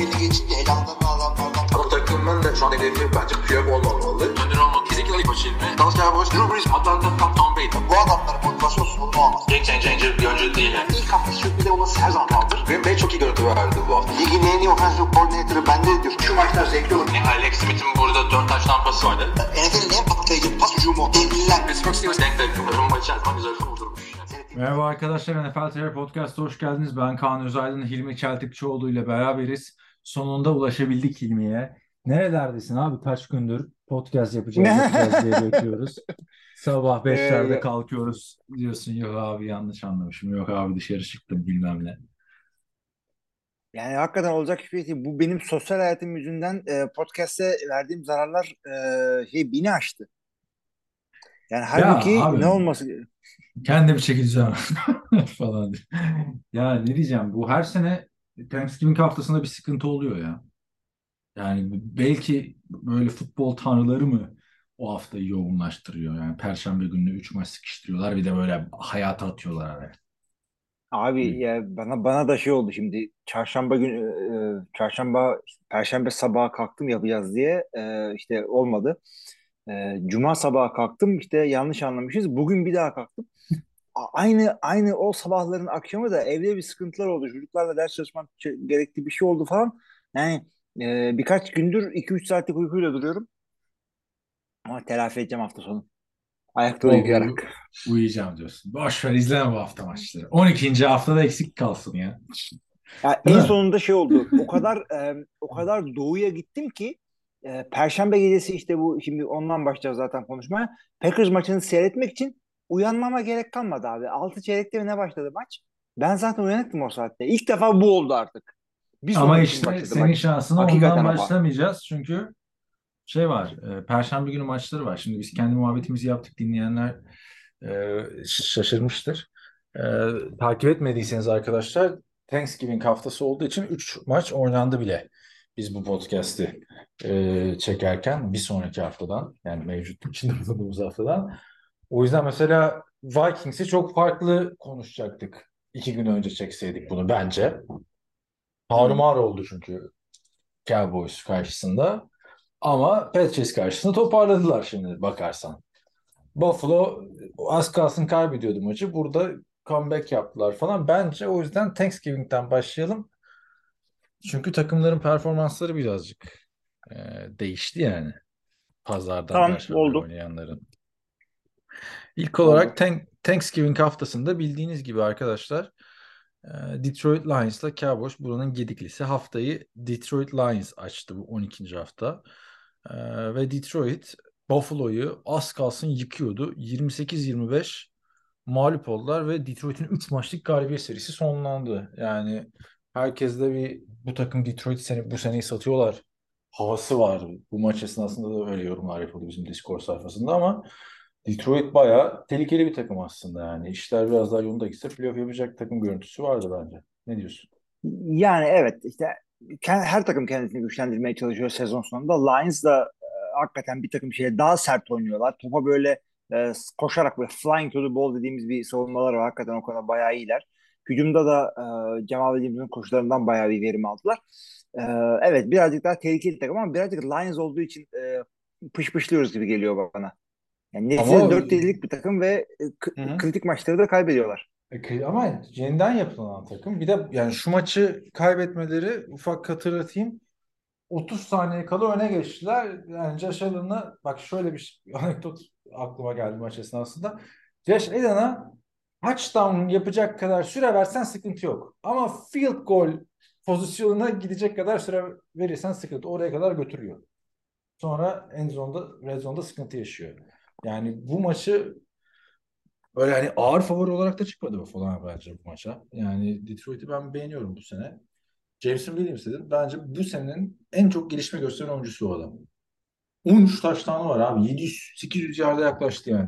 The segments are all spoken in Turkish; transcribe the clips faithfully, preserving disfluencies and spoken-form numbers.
belli geçince elamdan adamlardan. Ama takımın da şu an hedefi bence Piyok olmamalı. Önder olmalı. Kesinlikle ilk başı ilmi. Dalsya Boş, Drew Brees, Atlanta, Tom, Tom Brady. Bu adamların motivasyon sorunu olmaz. Game changer bir oyuncu değil. Yani. İlk hafta sürpriz olması her zaman kaldır. Green Bay çok iyi görüntü verdi bu hafta. Ligin en iyi offensive coordinator'ı bende diyor. Şu maçlar zevkli olur. Yani Alex Smith'in burada dört taş tampası vardı. N F L'in en patlayıcı pas hücumu. Devliler. Pittsburgh Steelers denk denk. Rumba içerisinde güzel kurdurmuş. Merhaba arkadaşlar, N F L T V Podcast'a hoş geldiniz. Ben Kaan Özaydın, Hilmi Çeltikçioğlu ile beraberiz. Sonunda ulaşabildik Hilmi'ye. Nerelerdesin abi? Kaç gündür podcast yapacağız, yapacağız diye bekliyoruz. Sabah beşlerde kalkıyoruz diyorsun. Yok abi yanlış anlamışım. Yok abi dışarı çıktım bilmem ne. Yani hakikaten olacak hiçbir şey değil. Bu benim sosyal hayatım yüzünden e, podcast'e verdiğim zararlar e, şey bini aştı. Yani halbuki abi, ne olması kendim çekeceğim falan. Ya ne diyeceğim? Bu her sene Thanksgiving haftasında bir sıkıntı oluyor ya. Yani belki böyle futbol tanrıları mı o haftayı yoğunlaştırıyor? Yani Perşembe gününe üç maç sıkıştırıyorlar bir de böyle hayata atıyorlar araya. abi ya bana bana da şey oldu şimdi çarşamba günü e, çarşamba perşembe sabahı kalktım yapacağız diye e, işte olmadı. E, Cuma sabahı kalktım işte yanlış anlamışız. Bugün bir daha kalktım. A- Aynı aynı o sabahların akşamı da evde bir sıkıntılar oldu. Çocuklarla ders çalışmam ç- gerektiği bir şey oldu falan. Yani e, birkaç gündür iki üç saatlik uykuyla duruyorum. Ama telafi edeceğim hafta sonu. Ayakta Bol bol uyuyarak. uyuyacağım diyorsun. Boş ver izleme bu hafta maçları. on ikinci haftada eksik kalsın ya. Ya Değil en mi? sonunda şey oldu. O kadar e, o kadar doğuya gittim ki e, Perşembe gecesi işte bu şimdi ondan başlayacağız zaten konuşmaya. Packers maçını seyretmek için uyanmama gerek kalmadı abi. Altı çeyrekte mi ne başladı maç? Ben zaten uyanıktım o saatte. İlk defa bu oldu artık. Bir Ama sonraki gün işte başladı senin maç. şansına Hakikaten ondan ama. başlamayacağız. Çünkü şey var, e, Perşembe günü maçları var. Şimdi biz kendi muhabbetimizi yaptık. Dinleyenler e, şaşırmıştır. E, takip etmediyseniz arkadaşlar Thanksgiving haftası olduğu için üç maç oynandı bile. Biz bu podcast'i e, çekerken bir sonraki haftadan yani mevcut içinde bulunduğumuz haftadan. O yüzden mesela Vikings'i çok farklı konuşacaktık. İki gün önce çekseydik bunu bence. Hı. Tarumar oldu çünkü Cowboys karşısında. Ama Patriots karşısında toparladılar şimdi bakarsan. Buffalo az kalsın kaybediyordu maçı. Burada comeback yaptılar falan. Bence o yüzden Thanksgiving'den başlayalım. Çünkü takımların performansları birazcık e, değişti yani. Pazardan Tamam Perşembe oldu. oynayanların. İlk olarak Oldu. Thank- Thanksgiving haftasında bildiğiniz gibi arkadaşlar e, Detroit Lions'la Cowboys buranın gediklisi. Haftayı Detroit Lions açtı bu on ikinci hafta. E, ve Detroit Buffalo'yu az kalsın yıkıyordu. yirmi sekiz yirmi beş mağlup oldular ve Detroit'in üç maçlık galibiyet serisi sonlandı. Yani herkeste bir bu takım Detroit seni bu seneyi satıyorlar havası var. Bu maç esnasında da öyle yorumlar yapıldı bizim Discord sayfasında ama Detroit bayağı tehlikeli bir takım aslında yani. İşler biraz daha yolunda gitse playoff yapacak takım görüntüsü vardı bence. Ne diyorsun? Yani evet işte ke- her takım kendisini güçlendirmeye çalışıyor sezon sonunda. Lions da e, hakikaten bir takım şeye daha sert oynuyorlar. Topa böyle e, koşarak böyle flying to the ball dediğimiz bir savunmalar var. Hakikaten o konuda bayağı iyiler. Hücumda da e, Cemal Williams'ın koşularından bayağı bir verim aldılar. E, evet birazcık daha tehlikeli takım ama birazcık Lions olduğu için e, pışpışlıyoruz gibi geliyor bana. Yani neticede Ama dört yedilik bir takım ve e, k- hı hı. kritik maçları da kaybediyorlar. E, ama yeniden yapılan takım. Bir de yani şu maçı kaybetmeleri ufak hatırlatayım. otuz saniye kala öne geçtiler. Yani Josh Allen'a bak şöyle bir anekdot aklıma geldi maç esnasında. Josh Allen'a touchdown yapacak kadar süre versen sıkıntı yok. Ama field goal pozisyonuna gidecek kadar süre verirsen sıkıntı. Oraya kadar götürüyor. Sonra end zone'da, red zone'da sıkıntı yaşıyor. Yani bu maçı öyle hani ağır favori olarak da çıkmadı bu falan bence bu maça. Yani Detroit'i ben beğeniyorum bu sene. Jameson Williams dedim. Bence bu senenin en çok gelişme gösteren oyuncusu o adam. on üç taştanı var abi. yedi yüz sekiz yüz yarda yaklaştı yani.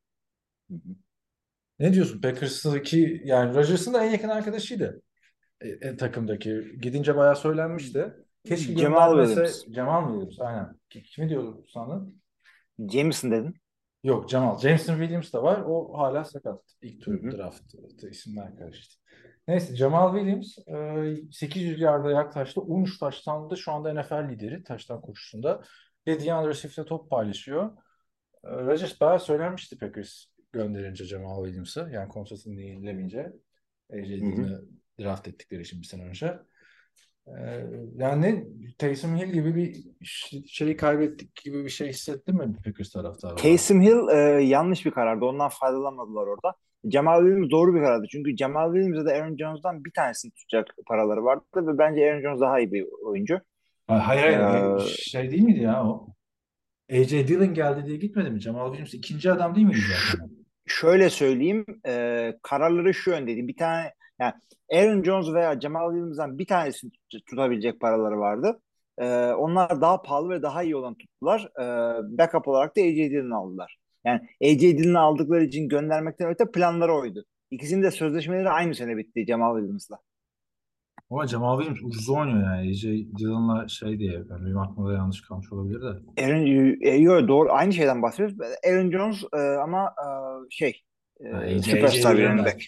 Ne diyorsun? Packers'daki yani Rodgers'ın da en yakın arkadaşıydı. E, e, takımdaki. Gidince bayağı söylenmişti. Keşke Cemal göndermese Williams. Cemal Williams aynen. Ki- Kimi diyordum sandın? Jameson dedin. Yok Cemal. Jameson Williams da var. O hala sakat. İlk Hı tur hı. draft isimler karıştı. Neyse Jamal Williams e, sekiz yüz yarda yaklaştı. on üç taştan da şu anda N F L lideri taştan koşusunda. Ve DeAndre Swift'le top paylaşıyor. E, Rodgers bayağı söylenmişti Packers gönderince Jamal Williams'ı. Yani kontratını yenilemeyince. A J Hı hı. Dillon'ı draft ettikleri için bir sene önce. E, yani Taysom Hill gibi bir ş- şeyi kaybettik gibi bir şey hissettin mi Packers taraftarı olarak? Taysom Hill e, yanlış bir karardı. Ondan faydalanmadılar orada. Jamal Williams doğru bir karardı. Çünkü Jamal Williams'a da Aaron Jones'dan bir tanesini tutacak paraları vardı ve bence Aaron Jones daha iyi bir oyuncu. Hayır Ee, hayır e, şey değil miydi ya o? A J Dillon geldi diye gitmedi mi? Jamal Williams ikinci adam değil miydi ş- zaten o? Şöyle söyleyeyim, e, kararları şu yöndeydi. Bir tane yani Aaron Jones veya Jamal Williams'dan bir tanesini tut- tutabilecek paraları vardı. E, onlar daha pahalı ve daha iyi olan tuttular. E, backup olarak da A J Dillon'ı aldılar. Yani A J Dillon'ı aldıkları için göndermekten öte planları oydu. İkisinin de sözleşmeleri aynı sene bitti Jamal Williams'la. Ama Jamal Williams ucuz oynuyor yani. A J Dillon'la şey diye. Yani benim aklımda yanlış kalmış olabilir de. Aaron, e, yo, doğru aynı şeyden bahsediyoruz. Aaron Jones e, ama e, şey Ha, e, AJ, AJ süperstar bir running Dillon'la back.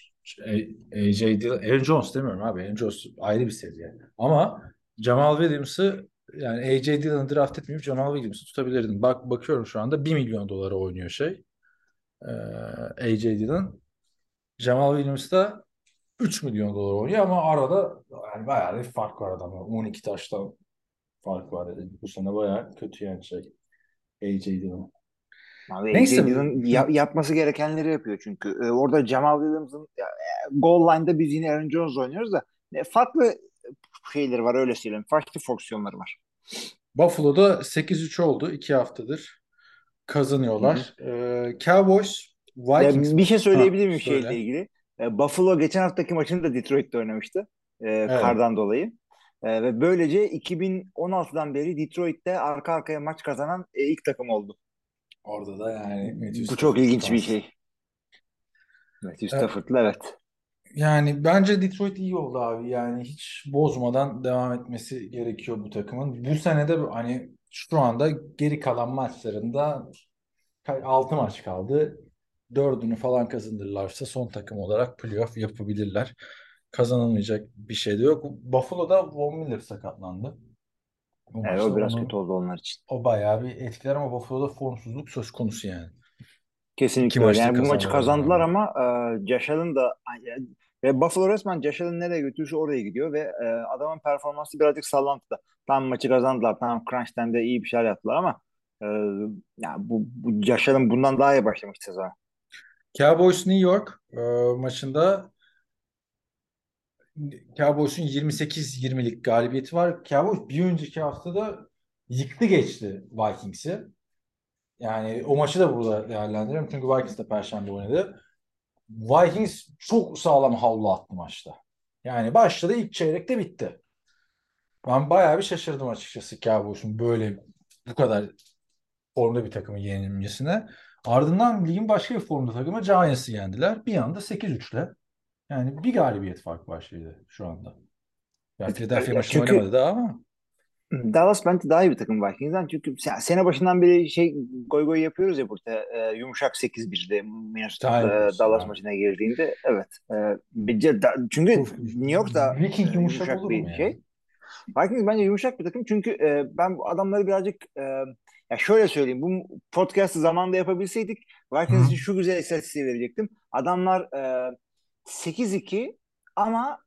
A J Dillon, Aaron Jones demiyorum abi. Aaron Jones ayrı bir seviye. Ama Jamal Williams'ı yani A J Dillon'ı draft etmeyip Jamal Williams'ı tutabilirdim. Bak bakıyorum şu anda bir milyon dolara oynuyor şey. Ee, A J Dillon. Jamal Williams da üç milyon dolar oynuyor ama arada yani bayağı bir fark var adamla. on iki taştan fark var. Yani bu sene bayağı kötü yani şey. A J Dillon. Abi Neyse. A J Dillon ya- yapması gerekenleri yapıyor çünkü. E, orada Jamal Williams'ın ya, e, goal line'da biz yine Aaron Jones oynuyoruz da e, farklı şeyleri var öyle söyleyeyim. Farklı fonksiyonları var. Buffalo'da sekiz üç oldu. iki haftadır Hı hı. kazanıyorlar. Ee, Cowboys, Ya, Vikings. bir şey Ha, söyleyebilir miyim şeyle söyle. ilgili? E, Buffalo geçen haftaki maçını da Detroit'te oynamıştı. E, Evet. kardan dolayı. E, ve böylece iki bin on altıdan beri Detroit'te arka arkaya maç kazanan e, ilk takım oldu. Orada da yani Matthew Bu çok Stafford ilginç bir tutarsın. şey. Matthew Ee, Stafford'la evet. yani bence Detroit iyi oldu abi. Yani hiç bozmadan devam etmesi gerekiyor bu takımın. Bu sene de hani şu anda geri kalan maçlarında altı maç kaldı. Dördünü falan kazanırlarsa son takım olarak playoff yapabilirler. Kazanılmayacak bir şey de yok. Buffalo'da Von Miller sakatlandı. Bu Evet, maçta o biraz kötü onu oldu onlar için. o bayağı bir etkiler ama Buffalo'da formsuzluk söz konusu yani. İki Kesinlikle öyle. maçtır Yani bu maçı kazanmalarına kazandılar rağmen. ama e, Josh Allen da ve Buffalo resmen Josh Allen nereye götürürse oraya gidiyor ve e, adamın performansı birazcık sallantıda. Tam maçı kazandılar. Tamam crunch time'de iyi bir şeyler yaptılar ama e, ya bu, bu Josh Allen bundan daha iyi başlamıştı sezona. Cowboys New York e, maçında Cowboys'un yirmi sekiz yirmilik galibiyeti var. Cowboys bir önceki haftada yıktı geçti Vikings'i. Yani o maçı da burada değerlendiriyorum. Çünkü Vikings de Perşembe oynadı. Vikings çok sağlam havlu attı maçta. Yani başladı ilk çeyrekte bitti. Ben bayağı bir şaşırdım açıkçası Cowboys'un böyle bu kadar formda bir takımı yenilmesine. Ardından ligin başka bir formda takımı Giants'ı yendiler. Bir anda sekiz üçle. Yani bir galibiyet fark var şeyde şu anda. Ya Philadelphia Ya maçını çünkü oynamadı daha ama. Dallas bence daha iyi bir takım Vikings'den. Çünkü se- sene başından beri şey goy goy yapıyoruz ya burada. E, yumuşak sekiz birde Minnesota Time e, diyorsun Dallas ya. maçına girdiğinde evet. E, bence da- çünkü Çok, New York da Viking e, yumuşak yumuşak olur mu bir ya? şey. Vikings bence yumuşak bir takım çünkü e, ben bu adamları birazcık e, ya şöyle söyleyeyim bu podcast'ı zamanında yapabilseydik Vikings Hı. için şu güzel istatistiği verecektim. Adamlar e, sekiz iki ama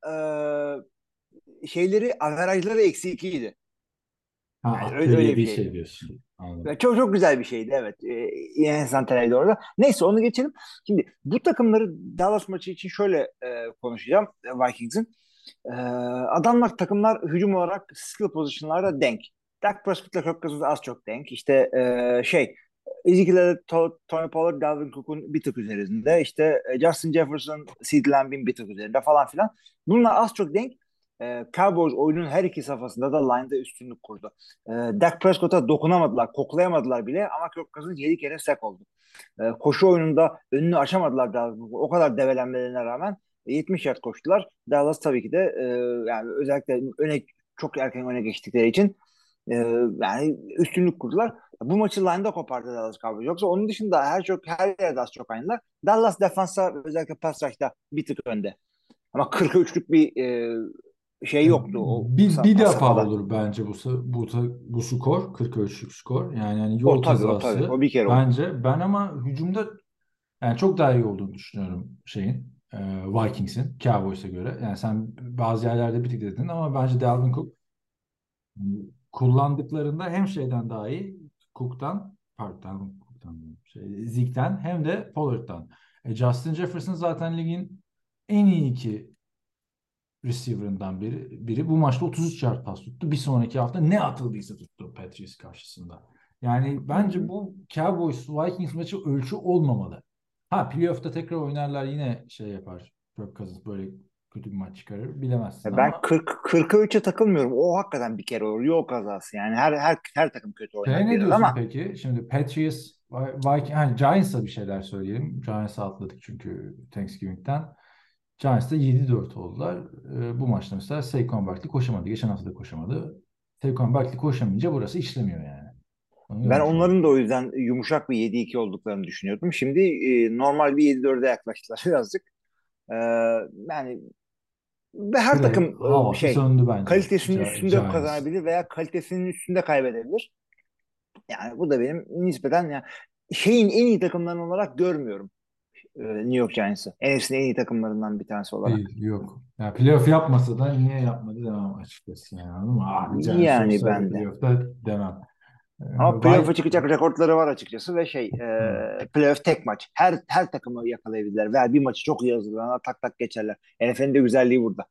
e, şeyleri averajları eksi iki idi. Ha, Yani öyle, attığı öyle bir yediği şeydi. şey diyorsun. Ve Anladım. çok çok güzel bir şeydi evet. Ee, Ian Santanelli orada. Neyse onu geçelim. Şimdi bu takımları Dallas maçı için şöyle e, konuşacağım e, Vikings'in. E, adamlar takımlar hücum olarak skill pozisyonlarda denk. Dak Prescott'la Kirk Cousins az çok denk. İşte e, şey Ezekiel To- Tony Pollard, Dalvin Cook'un bir tık üzerinde. İşte e, Justin Jefferson, CeeDee Lamb'in bir tık üzerinde falan filan. Bunlar az çok denk. E, Cowboys oyunun her iki safhasında da line'da üstünlük kurdu. E, Dak Prescott'a dokunamadılar, koklayamadılar bile ama Kirk Cousins yedi kere sack oldu. E, koşu oyununda önünü açamadılar Dallas. O kadar develenmelerine rağmen yetmiş yard koştular. Dallas tabii ki de e, yani özellikle öne çok erken öne geçtikleri için e, yani üstünlük kurdular. Bu maçı line'da kopardı Dallas Cowboys. Yoksa onun dışında her çok her yerde az çok aynılar. Dallas defansa özellikle pass rush'ta bir tık önde. Ama kırka üçlük bir e, şey Yani yoktu o bir, bir sa- defa safhada. olur bence bu bu bu skor kırk ölçülük skor. Yani, yani O yol tabii o tabii. O kazası bir kere oldu. bence. Ben ama hücumda yani çok daha iyi olduğunu düşünüyorum şeyin e, Vikings'in Cowboys'a göre. Yani sen bazı yerlerde bir tık dedin ama bence Dalvin Cook kullandıklarında hem şeyden daha iyi Cook'tan pardon Cook'tan diyorum, şey, Zeke'den hem de Pollard'dan. E, Justin Jefferson zaten ligin en iyi iki receiver'ından biri. Biri bu maçta otuz üç yard pas tuttu. Bir sonraki hafta ne atıldıysa tuttu Patriots karşısında. Yani Hı bence hı. bu Cowboys Vikings maçı ölçü olmamalı. Ha playoff'ta tekrar oynarlar yine şey yapar. Kirk Cousins böyle kötü bir maç çıkarır. Bilemezsin Ya ben ama kırk kırka üçe takılmıyorum. O hakikaten bir kere olur. Yol kazası. Yani her her her takım kötü şey oynar ne biraz diyorsun ama peki? Şimdi Patriots, Viking, hani Giants'a bir şeyler söyleyelim. Giants'a atladık çünkü Thanksgiving'den. Giants'ta yedi dört oldular. Ee, bu maçta mesela Saquon Barkley koşamadı. Geçen hafta da koşamadı. Saquon Barkley koşamayınca burası işlemiyor yani. Onu ben görmüş olduk. onların da o yüzden yumuşak bir yedi iki olduklarını düşünüyordum. Şimdi e, normal bir yedi dörde yaklaştılar birazcık. Ee, yani ve her takım Direkt e, havası şey söndü bence kalitesinin Gi- üstünde Giants. kazanabilir veya kalitesinin üstünde kaybedebilir. Yani bu da benim nispeten ya şeyin en iyi takımlarından olarak görmüyorum e, New York Giants'ı. N F C'nin en iyi takımlarından bir tanesi olarak. Değil, yok. Yani playoff yapmasa da niye yapmadı demem açıkçası yani anladın mı? Ah Giants Yani olsaydı ben de. playoff'ta demem. Ee, Ama Vay, playoff'a çıkacak rekortları var açıkçası ve şey hı. e, playoff tek maç. Her her takımı yakalayabilirler. Veya bir maçı çok iyi hazırlanır tak tak geçerler. N F L'in de güzelliği burada.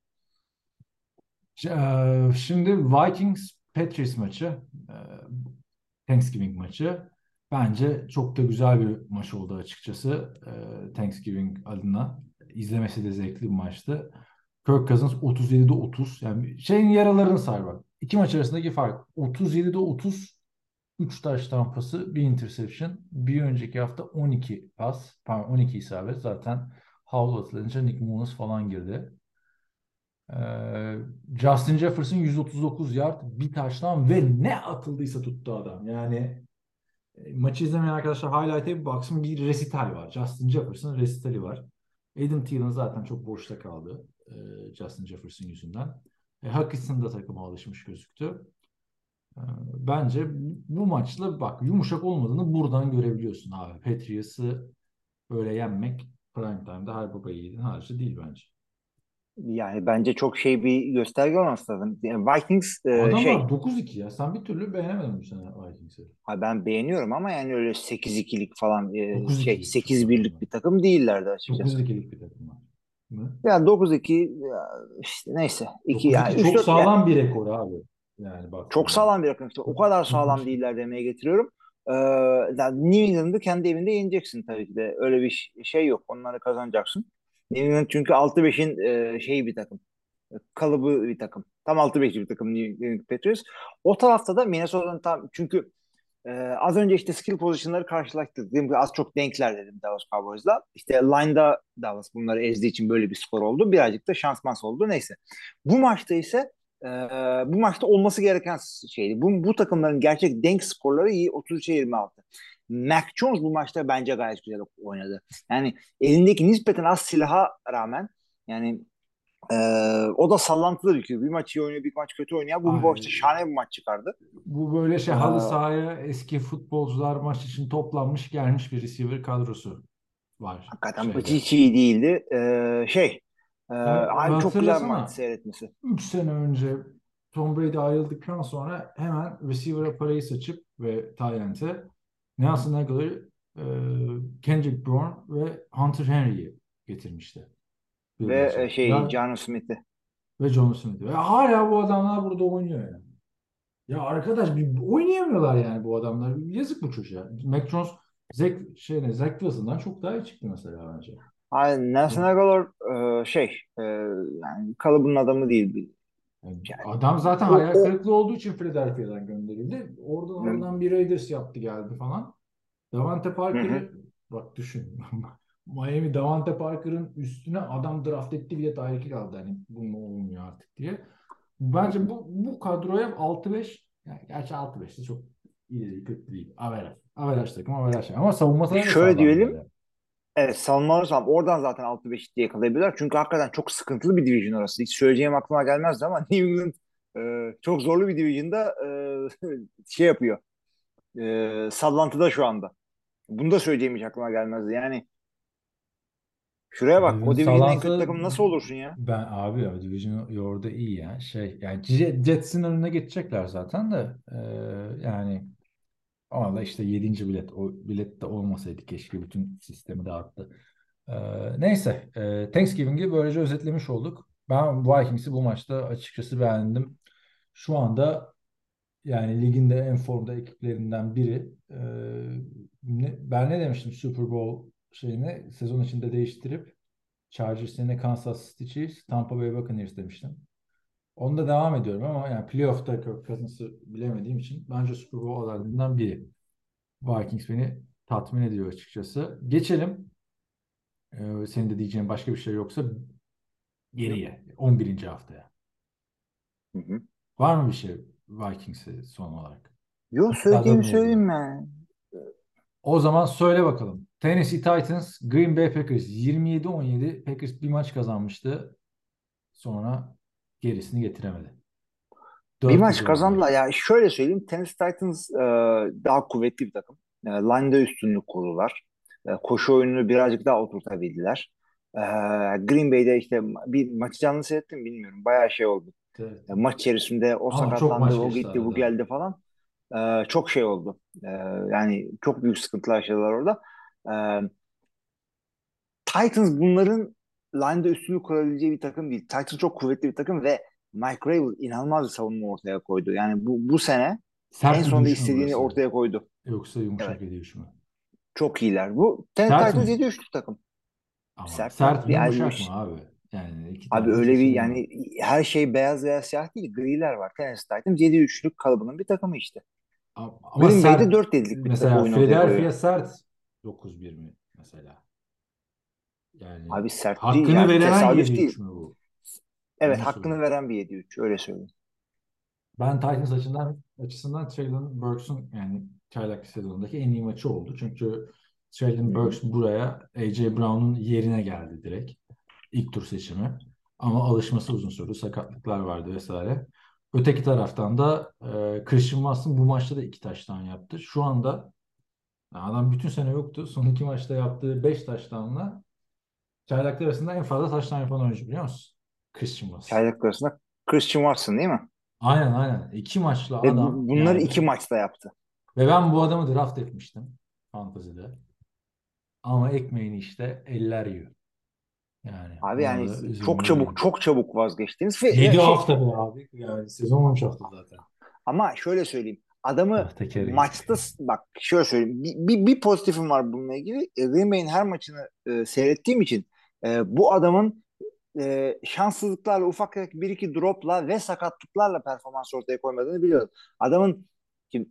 Ee, Şimdi Vikings Patriots maçı, e, Thanksgiving maçı bence çok da güzel bir maç oldu açıkçası. Ee, Thanksgiving adına izlemesi de zevkli bir maçtı. Kirk Cousins otuz yedide otuz. Yani şeyin yaralarını sar bak. İki maç arasındaki fark otuz yedide otuz, üç taş tampası, bir interception. Bir önceki hafta on iki pas, pardon on iki isabet. Zaten havlu atılınca Nick Mullins falan girdi. Ee, Justin Jefferson yüz otuz dokuz yard, bir taştan ve ne atıldıysa tuttu adam. Yani e, maçı izlemeyen arkadaşlar highlight'a bir baksın, bir resital var. Justin Jefferson resitali var. Adam Thielen zaten çok boşta kaldı e, Justin Jefferson yüzünden. E, Hawkinson da takıma alışmış gözüktü. E, Bence bu maçla bak yumuşak olmadığını buradan görebiliyorsun abi. Patriots'ı böyle yenmek prime time'da her baba yiğidin harcı değil bence. Yani bence çok şey bir gösterge olması lazım. Yani Vikings e, Adamlar şey dokuz iki ya. Sen bir türlü beğenemedin bu sene Vikings'i. ha ben beğeniyorum ama yani öyle sekiz ikilik falan e, şey dokuz iki çok sekiz birlik adamlar. bir takım değillerdi açıkçası. dokuz ikilik bir takım var. Mı? Yani dokuz iki ya işte neyse iki dokuz iki yani üç çok dört yani sağlam bir rekor abi. Yani çok baktığında. sağlam bir rakam işte. O kadar sağlam değiller demeye getiriyorum. Ee, yani New England'ı kendi evinde yeneceksin tabii ki de. Öyle bir ş- şey yok. Onları kazanacaksın. New England çünkü altı beşin e, şeyi bir takım. Kalıbı bir takım. Tam altı beşli bir takım New England Patriots. O tarafta da Minnesota'nın tam çünkü e, az önce işte skill pozisyonları karşılaştırdık. Dedim ki az çok denkler dedim Dallas Cowboys'la. İşte line'da Dallas bunları ezdiği için böyle bir skor oldu. Birazcık da şans mas oldu. Neyse. Bu maçta ise e, bu maçta olması gereken şeydi. Bu, bu takımların gerçek denk skorları iyi otuz üçe yirmi altı. Mac Jones bu maçta bence gayet güzel oynadı. Yani elindeki nispeten az silaha rağmen yani e, o da sallantılı bir Q B. Bir maç iyi oynuyor, bir maç kötü oynuyor. Bu maçta Ay, şahane bir maç çıkardı. bu böyle şey E, halı sahaya eski futbolcular maç için toplanmış gelmiş bir receiver kadrosu var hakikaten şeyde. hiç iyi değildi. E, şey e, Ya, abi çok güzel bir maç hatırlasana seyretmesi. üç sene önce Tom Brady ayrıldıktan sonra hemen receiver'a parayı saçıp ve tight end'e Nelson Aguilar, e, Kendrick Bourne ve Hunter Henry'i getirmişti Ve e, Bill'e. şey Ya John Smith'i. ve John Smith. Ve hala bu adamlar burada oynuyor yani. Ya arkadaş bir oynayamıyorlar yani bu adamlar. Yazık bu çocuğa. Mac Jones Zach, şey ne, Zach Wilson'dan çok daha iyi çıktı mesela bence. Aynen Nelson Ya, Aguilar e, şey e, yani kalıbının adamı değil. yani Yani adam zaten o, hayal o kırıklığı olduğu için Philadelphia'dan gönderildi. Oradan oradan bir Raiders yaptı geldi falan. Davante hı hı. Parker'ı bak düşün. Miami Davante Parker'ın üstüne adam draft etti bile Tyreek aldı. Hani bununla olmuyor artık diye. Bence bu bu kadroya altı beş, yani gerçi altı beş de çok iyi değil, kötü değil. Averaj. Averaj takım averaj. Ama savunması da Şöyle sağlam bir diyelim yere. Evet, savunmaları sağlam. Oradan zaten altı beş diye yakalayabilirler. Çünkü hakikaten çok sıkıntılı bir division orası. Hiç söyleyeceğim aklıma gelmezdi ama New England e, çok zorlu bir division'da e, şey yapıyor. E, sallantıda şu anda. Bunu da söyleyeceğim hiç aklıma gelmezdi. Yani şuraya bak. Division O division'ın en kötü sağlansa takımı nasıl olursun ya? ben abi ya Division orada iyi ya. Şey yani Jet- Jets'in önüne geçecekler zaten de e, yani ama da işte yedinci bilet. O bilet de olmasaydı keşke bütün sistemi dağıttı. Ee, neyse. E, Thanksgiving'i böylece özetlemiş olduk. Ben Vikings'i bu maçta açıkçası beğendim. Şu anda yani ligin de en formda ekiplerinden biri. Ee, ne- ben ne demiştim Super Bowl şeyini sezon içinde değiştirip Chargers yerine Kansas City Chiefs, Tampa Bay Buccaneers demiştim. Onda devam ediyorum ama yani playoff'ta Kirk Cousins'ı bilemediğim için bence Super Bowl adaylarından biri. Vikings beni tatmin ediyor açıkçası. Geçelim. Ee, senin de diyeceğin başka bir şey yoksa geriye. on birinci haftaya. Hı hı. Var mı bir şey Vikings'e son olarak? Yo, söyleyeyim İddialarına ilgili. söyleyeyim ben. O zaman söyle bakalım. Tennessee Titans, Green Bay Packers yirmi yedi on yedi. Packers bir maç kazanmıştı. Sonra gerisini getiremedi. Bir dört maç yedi oldular. kazandılar. Ya şöyle söyleyeyim. Tennessee Titans e, daha kuvvetli bir takım. E, line'da üstünlük kurdular. E, koşu oyununu birazcık daha oturtabildiler. E, Green Bay'de işte bir maçı canlı seyrettim bilmiyorum. Bayağı şey oldu. Evet. E, maç içerisinde o Ama çok sakatlandı, maç o geçti gitti, bu arada. geldi falan. E, çok şey oldu. E, yani çok büyük sıkıntılar yaşadılar orada. E, Titans bunların line'da üstünlük kurabileceği bir takım değil. Titans çok kuvvetli bir takım ve Mike Vrabel inanılmaz bir savunma ortaya koydu. Yani bu, bu sene en Sert bir sonunda dövüş mü istediğini burası? ortaya koydu. Yoksa yumuşak Evet. bir dövüş mü? Çok iyiler. Bu Tennessee Sert Titans mi? yedi üçlük takım. Ama Sert tabii. sert mi Yani bu yumuşak mı ş- abi? Yani iki abi tane öyle bir seçeneği var. yani her şey beyaz veya siyah değil. Griler var. Tennessee Titans yedi üçlük kalıbının bir takımı işte. Ama Green Bay'de sert. dört yedilik bir ta- Mesela oyun ortaya koyuyor. Philadelphia sert dokuz bir mi mesela? Yani Abi sert değil hakkını yani verilen tesadüf yedi üç değil. mü bu? Evet, Onu hakkını söylüyorum. veren bir yedi üç öyle söyleyeyim. Ben Titans açısından, açısından Traylon Burks'un yani çaylak sezonundaki en iyi maçı oldu. Çünkü Hı Traylon hı. Burks buraya A J Brown'un yerine geldi direkt. İlk tur seçimi. Ama alışması uzun sürdü. Sakatlıklar vardı vesaire. Öteki taraftan da e, Christian Watson bu maçta da iki taştan yaptı. Şu anda yani adam bütün sene yoktu. Son iki maçta yaptığı beş taştanla çaylaklar arasında en fazla taştan yapan oyuncu biliyor musun? Christian Watson. Çaylak arasında Christian Watson değil mi? Aynen aynen. İki maçla Ve bu, adam bunları iki yani maçta yaptı. ve ben bu adamı draft etmiştim fantazide. Ama ekmeğini işte eller yiyor. Yani Abi ona yani da çok çabuk üzülmeliyim. çok çabuk vazgeçtiniz ve Yedi ya şey hafta be abi. Yani sezon on üç hafta zaten. ama şöyle söyleyeyim. Adamı Sahtekarı. maçta bak şöyle söyleyeyim. Bir, bir, bir pozitifim var bununla ilgili. E, Green Bay'in her maçını e, seyrettiğim için e, bu adamın e, şanssızlıklarla ufak tefek bir iki dropla ve sakatlıklarla performans ortaya koymadığını biliyorum. Adamın şimdi,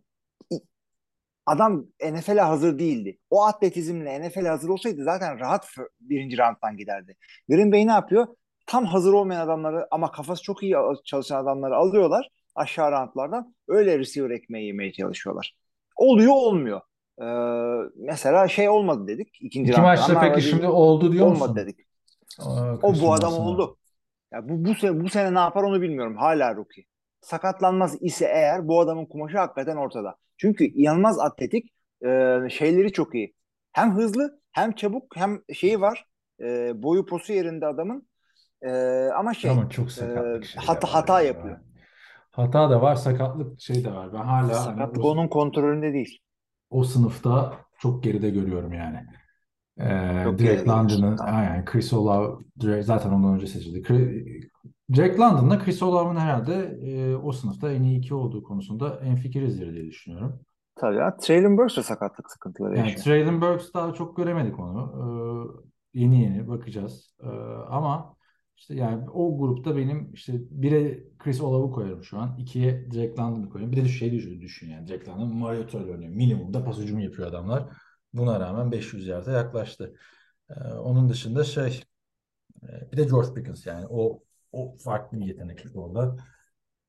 adam N F L'e hazır değildi. O atletizmle N F L'e hazır olsaydı zaten rahat f- birinci rounddan giderdi. Green Bay ne yapıyor? Tam hazır olmayan adamları ama kafası çok iyi çalışan adamları alıyorlar aşağı roundlardan. Öyle receiver ekmeği yemeye çalışıyorlar. Oluyor olmuyor. Ee, mesela şey olmadı dedik ikinci İki roundda. maçta Ama peki hadi şimdi oldu diyor olmadı musun? dedik. Aa, O bu Christian adam Watson'a. oldu. Ya bu, bu sene, bu sene ne yapar onu bilmiyorum. Hala rookie. Sakatlanmaz ise eğer bu adamın kumaşı hakikaten ortada. Çünkü inanılmaz atletik, e, şeyleri çok iyi. Hem hızlı hem çabuk hem şeyi var. E, boyu posu yerinde adamın. E, ama şey Ama çok e, sakatlık şey de hata, var hata ya. yapıyor. Hata da var, sakatlık şey de var. Ben hala hani o, Sakatlık onun kontrolünde değil. o sınıfta çok geride görüyorum yani. Ee, Çok geride Drake görüyorsun. London'ın Tamam. yani Chris Olave Drake, zaten ondan önce seçildi. Chris- Drake London'la Chris Olave'ın herhalde e, o sınıfta en iyi iki olduğu konusunda hemfikirizdir diye düşünüyorum. Tabii ya. Traylon Burks de sakatlık sıkıntıları Yani yaşıyor. Traylon Burks daha çok göremedik onu. Ee, yeni yeni bakacağız. Ee, ama işte yani o grupta benim işte bire Chris Olave'ı koyarım şu an. İkiye Drake London'ı koyarım. Bir de şey düşün, düşün yani. Drake London Mariota ile oynuyor. Minimumda pas hücumu yapıyor adamlar. Buna rağmen beş yüz yarda yaklaştı. Ee, onun dışında şey e, bir de George Pickens yani o o farklı bir yetenek orada.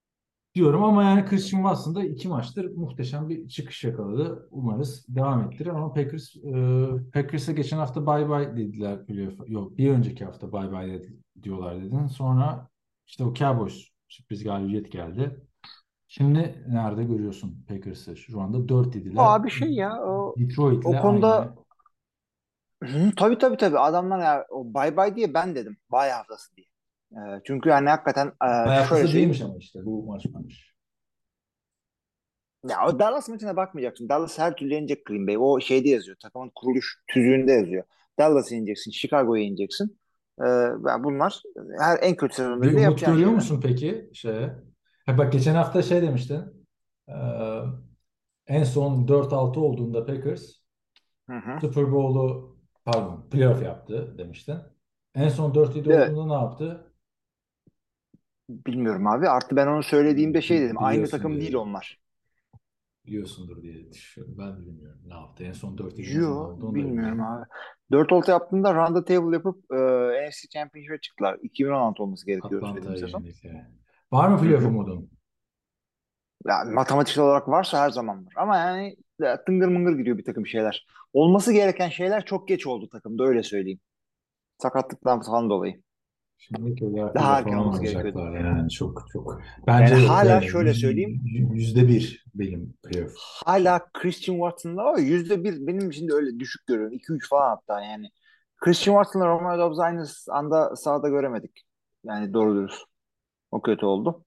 diyorum ama yani Christian Watson da iki maçtır muhteşem bir çıkış yakaladı. Umarız devam ettirir ama Packers e, Packers'a geçen hafta bye bye dediler. Playoff. Yok, bir önceki hafta bye bye dedi, diyorlar dedin. Sonra işte o Cowboys sürpriz galibiyet geldi. Şimdi nerede görüyorsun Packers'ı? Şu anda dört O yediler. abi şey ya o, Detroit'le o konuda aynı. hı, tabii tabii tabii adamlar ya o bye bye diye ben dedim bye haftası diye. Ee, çünkü yani hakikaten e, Bay şöyle haftası söyleyeyim. değilmiş ama işte bu maç maç. Ya o Dallas maçına bakmayacaksın. Dallas her türlü yenecek Green Bay. O şeyde yazıyor. Takımın kuruluş tüzüğünde yazıyor. Dallas'ı yeneceksin, Chicago'yu yeneceksin. Ee, ben bunlar her en kötü Bir sezonlarında umut yapacağın görüyor şeyler. musun peki şeye? Ha bak geçen hafta şey demiştin. e, En son dört altı olduğunda Packers Hı hı. Super Bowl'u pardon playoff yaptı demiştin. En son dört yedi Evet. olduğunda ne yaptı? Bilmiyorum abi. Artı ben onu söylediğimde şey dedim. Bi- Aynı Biliyorsun takım değil diye onlar. biliyorsundur diye düşünüyorum. Ben de bilmiyorum ne yaptı. En son dört yedi ne zaman Yo, oldu onu da bilmiyorum bilmiyorum. abi. Dört altı yaptığında round the table yapıp e, N F C Championship'e çıktılar. iki bin on altı olması gerekiyor söylediğim Atlanta'yı sezon. yendik. Var mı Hı playoff hı. umudun? Yani matematiksel olarak varsa her zaman var. Ama yani ya, tıngır mıngır gidiyor bir takım şeyler. Olması gereken şeyler çok geç oldu takımda öyle söyleyeyim. Sakatlıktan falan dolayı. Şimdiki Daha olarak erken falan olması gerekiyordu. olacaklar yani çok çok. Yani Bence yok. hala Evet, şöyle yüz- söyleyeyim. yüzde bir benim playoff şey. Hala Christian Watson'la o yüzde bir benim için de öyle düşük görüyorum. iki üç falan hatta yani. Christian Watson'la Romeo Doubs'ı aynı anda sahada göremedik. Yani doğru dürüst. O kötü oldu.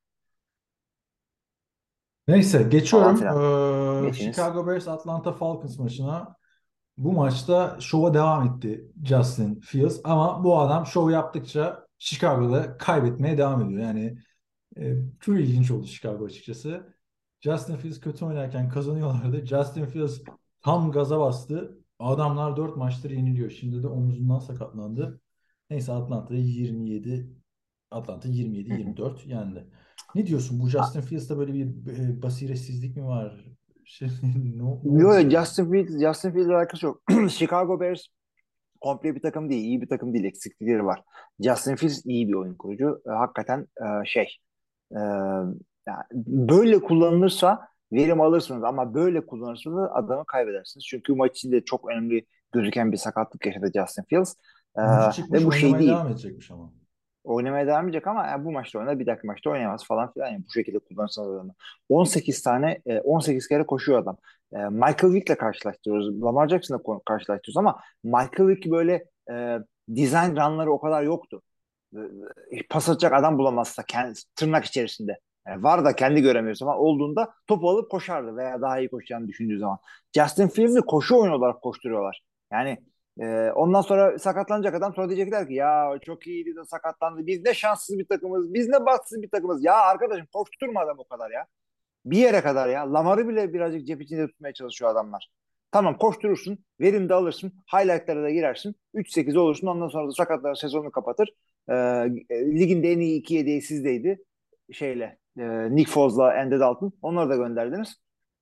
Neyse Falan geçiyorum. filan. Ee, Geçiniz. Chicago Bears Atlanta Falcons maçına. Bu maçta şova devam etti Justin Fields ama bu adam şov yaptıkça Chicago'da kaybetmeye devam ediyor. Yani e, çok ilginç oldu Chicago açıkçası. Justin Fields kötü oynarken kazanıyorlardı. Justin Fields tam gaza bastı. Adamlar dört maçtır yeniliyor. Şimdi de omuzundan sakatlandı. Neyse Atlanta'yı yirmi yedi Atlanta Hı hı. yirmi yedi yirmi dört yendi. Ne diyorsun? Bu Justin Fields'ta böyle bir e, basiretsizlik mi var? Şey, ne, ne Yo, oluyor yani? Justin Fields, Justin Fields alakası yok. Chicago Bears komple bir takım değil, iyi bir takım değil, eksiklikleri var. Justin Fields iyi bir oyun kurucu. E, hakikaten e, şey, e, yani böyle kullanılırsa verim alırsınız ama böyle kullanırsanız da adamı kaybedersiniz. Çünkü maç içinde çok önemli gözüken bir sakatlık yaşadı Justin Fields. E, Oyuncu çıkmış ve bu şey oynamaya değil. devam edecekmiş ama. Oynamaya devam edecek ama yani bu maçta oynar, bir dahaki maçta oynayamaz falan filan. Yani bu şekilde kullanırsanız adamı. on sekiz tane, e, on sekiz kere koşuyor adam. E, Michael Vick'le karşılaştırıyoruz. Lamar Jackson'la ko- karşılaştırıyoruz ama Michael Vick böyle e, design runları o kadar yoktu. E, e, pas atacak adam bulamazsa kendi, tırnak içerisinde. Yani var da kendi göremiyorsa ama olduğunda topu alıp koşardı veya daha iyi koşacağını düşündüğü zaman. Justin Fields'i koşu oyunu olarak koşturuyorlar. Yani ee, ondan sonra sakatlanacak adam sonra diyecekler ki ya çok iyiydi de sakatlandı. Biz ne şanssız bir takımız. Biz ne bahtsız bir takımız. Ya arkadaşım koşturma adam o kadar ya. Bir yere kadar ya. Lamar'ı bile birazcık cep içinde tutmaya çalışıyor adamlar. Tamam koşturursun. Verim de alırsın. Highlight'lara da girersin. üç sekiz olursun. Ondan sonra da sakatlar sezonu kapatır. Ee, ligin de en iyi iki yedeği sizdeydi. Şeyle e, Nick Foles'la Andy Dalton. Onları da gönderdiniz.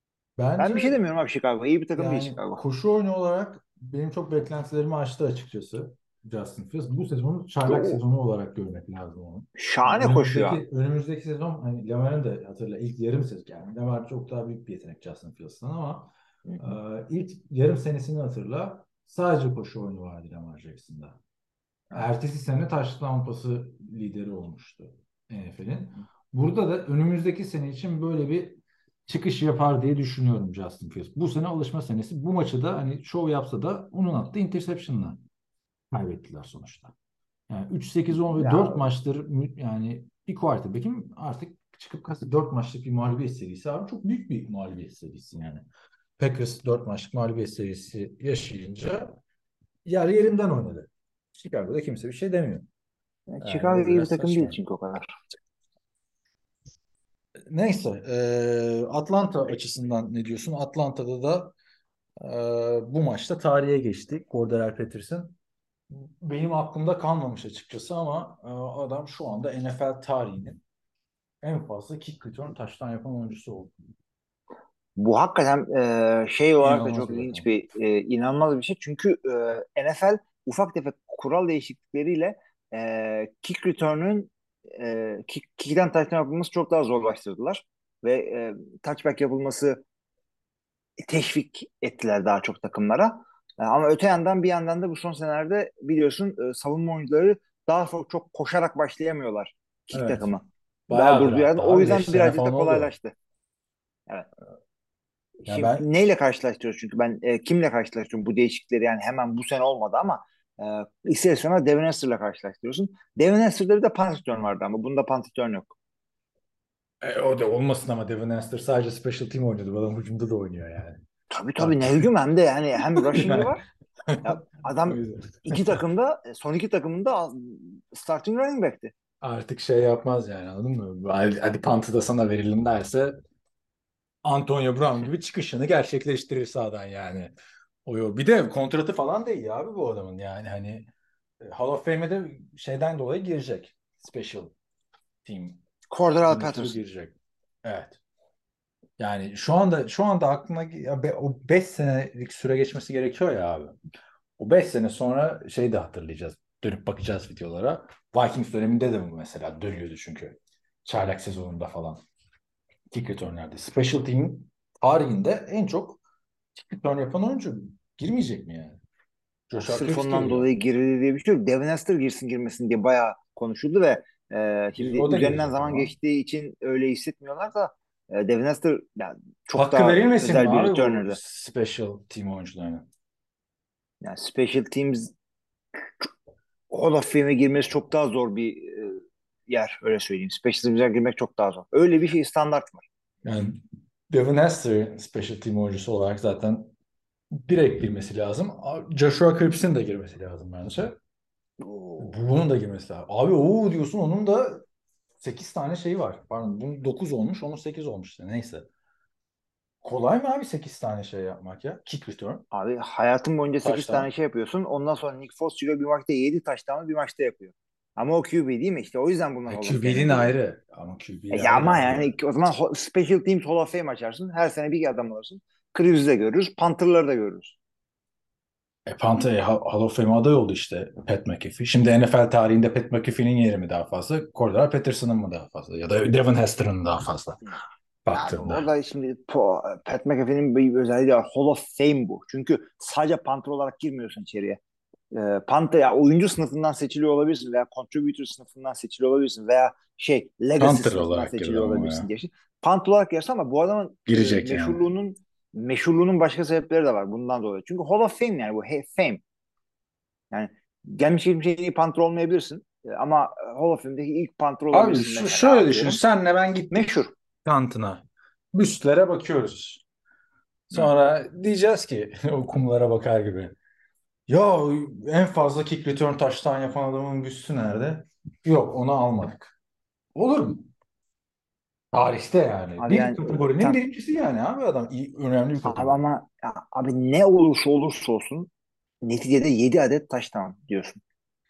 Ben bir şey Bence demiyorum abi Chicago. İyi bir takım değil yani Chicago. koşu oyunu olarak benim çok beklentilerimi aştı açıkçası Justin Fields. Bu sezonu çaylak Yo, sezonu olarak görmek lazım onu. Yani şahane koşuyor. önümüzdeki önümüzdeki sezon hani Lamar'ın da hatırla ilk yarım sezon yani Lamar çok daha büyük bir yetenek Justin Fields'tan ama Hı e, hı. ilk yarım senesini hatırla sadece koşu oyunu vardı Lamar Jackson'da. Evet. Ertesi sene taş tampası lideri olmuştu N F Hı L'in. hı. Burada da önümüzdeki sene için böyle bir çıkış yapar diye düşünüyorum Justin Fields. Bu sene alışma senesi. Bu maçı da hani şov yapsa da onun attığı interception'la kaybettiler sonuçta. Yani üç sekiz on ve dört Ya maçtır yani bir quarterback'in artık çıkıp dört maçlık bir mağlubiyet serisi abi çok büyük bir mağlubiyet serisi yani. Packers dört maçlık mağlubiyet serisi yaşayınca yer yerinden oynadı. Chicago'da kimse bir şey demiyor. Yani Chicago o iyi bir biraz takım değil saçma. çünkü o kadar. Neyse, e, Atlanta açısından ne diyorsun? Atlanta'da da e, bu maçta tarihe geçti. Cordell Patterson. Benim aklımda kalmamış açıkçası ama e, adam şu anda N F L tarihinin en fazla kick return taştan yapan oyuncusu oldu. Bu hakikaten e, şey olarak da İnanılmaz çok bir ilginç rakam. bir e, inanılmaz bir şey. Çünkü e, N F L ufak tefek kural değişiklikleriyle e, kick return'ün e, kick, kick'ten touchdown yapılması çok daha zorlaştırdılar. Ve e, touchback yapılması teşvik ettiler daha çok takımlara. E, ama öte yandan bir yandan da bu son senelerde biliyorsun e, savunma oyuncuları daha çok, çok koşarak başlayamıyorlar kick Evet. takımı. Daha Bayağıdır durduğu yerde. hatta O abi. yüzden beş sene birazcık da falan oldu. kolaylaştı. Evet. Ya Şimdi ben neyle karşılaştırıyoruz? Çünkü ben e, kimle karşılaştırıyorum bu değişiklikleri, yani hemen bu sene olmadı ama e, ister istemez Devin Hester'la karşılaştırıyorsun. Devin Hester'da bir de punt return vardı ama bunda punt return yok. e, o da olmasın ama Devin Hester sadece special team oynadı. Bu adam hücumda da oynuyor yani. Tabii tabii, Bak. ne hücum, hem de yani hem rushing'i Yani. var. Ya O adam yüzden. iki takımda, e, son iki takımında starting running back'ti. Artık şey yapmaz yani, anladın mı? Hadi, hadi pantı da sana verelim derse Antonio Brown gibi çıkışını gerçekleştirir sahadan yani. O yok. Bir de kontratı falan da iyi abi bu adamın yani, hani e, Hall of Fame'e de şeyden dolayı girecek. Special team Cordell unsuru Patterson. girecek. Evet. Yani şu anda şu anda aklıma ya be- o beş senelik süre geçmesi gerekiyor ya abi. O beş sene sonra şey de hatırlayacağız. Dönüp bakacağız videolara. Vikings döneminde de bu mesela dönüyordu çünkü. Çaylak sezonunda falan. Kick return'lerde. Special team tarihinde en çok kick return yapan oyuncu girmeyecek mi yani? Ya Joshua sırf Cribbs ondan geliyor. dolayı girildi diye bir şey yok. Devin Hester girsin girmesin diye bayağı konuşuldu ve e, Gir- şimdi O da üzerinden girecek zaman ama. geçtiği için öyle hissetmiyorlar da e, Devin Hester yani çok Hakkı daha verilmesin mi özel bir abi bu returner'dı. special team oyuncularına? Yani special teams Hall of Fame'e girmesi çok daha zor bir e, yer, öyle söyleyeyim. Special teams'e girmek çok daha zor. Öyle bir şey, standart var. Yani Devin Hester special team oyuncusu olarak zaten direkt girmesi lazım. Joshua Cribbs'in de girmesi lazım bence. Oo. Bunun da girmesi lazım. Abi o diyorsun, onun da sekiz tane şeyi var. Pardon, bunun dokuz olmuş, onun sekiz olmuş işte. Neyse. Kolay mı abi sekiz tane şey yapmak ya? Kick return, Abi hayatın boyunca sekiz tane touchdown. şey yapıyorsun. Ondan sonra Nick Foles çıkıyor, bir maçta yedi touchdown'ı bir maçta yapıyor. Ama o Q B değil mi? İşte o yüzden bunlar Ha, Hall of Fame'e Q B'nin giriyor. ayrı. Ama E Q B ya ayrı ama abi. yani o zaman ho- Special Teams Hall of Fame açarsın. Her sene bir adam alırsın. Cleaves'i de görürüz. Panther'ları da görürüz. E, Panther Hall Hall of Fame aday oldu işte Pat McAfee. Şimdi N F L tarihinde Pat McAfee'nin yeri mi daha fazla? Cordell Patterson'ın mı daha fazla? Ya da Devin Hester'ın mı daha fazla? Abi Baktığında. orada şimdi po- Pat McAfee'nin bir özelliği var. Hall of Fame bu. Çünkü sadece Panther olarak girmiyorsun içeriye. E, Panther ya oyuncu sınıfından seçiliyor olabilirsin veya contributor sınıfından seçiliyor olabilirsin veya şey legacy Panther sınıfından olarak girdi seçiliyor ama olabilirsin ya. diye. Panther olarak girersin ama bu adamın e, Girecek yani. meşhurluğunun meşhurluğunun başka sebepleri de var bundan dolayı. Çünkü Hall of Fame, yani bu he, fame. Yani gelmiş geçmiş en iyi Panther olmayabilirsin. E, ama Hall of Fame'deki ilk Panther Abi olabilirsin şu mesela, şöyle düşün. atıyorum. Senle ben gittik Meşhur. kantına. Büstlere bakıyoruz. Hı. Sonra diyeceğiz ki o kumlara bakar gibi. Ya en fazla kick return touchdown yapan adamın büstü nerede? Yok, onu almadık. Olur mu? Tarihte yani. Abi Bir yani kategorinin tam, birincisi yani abi adam. İyi, önemli bir abi kategori. ama ya, abi ne olursa olursa olsun neticede yedi adet touchdown diyorsun.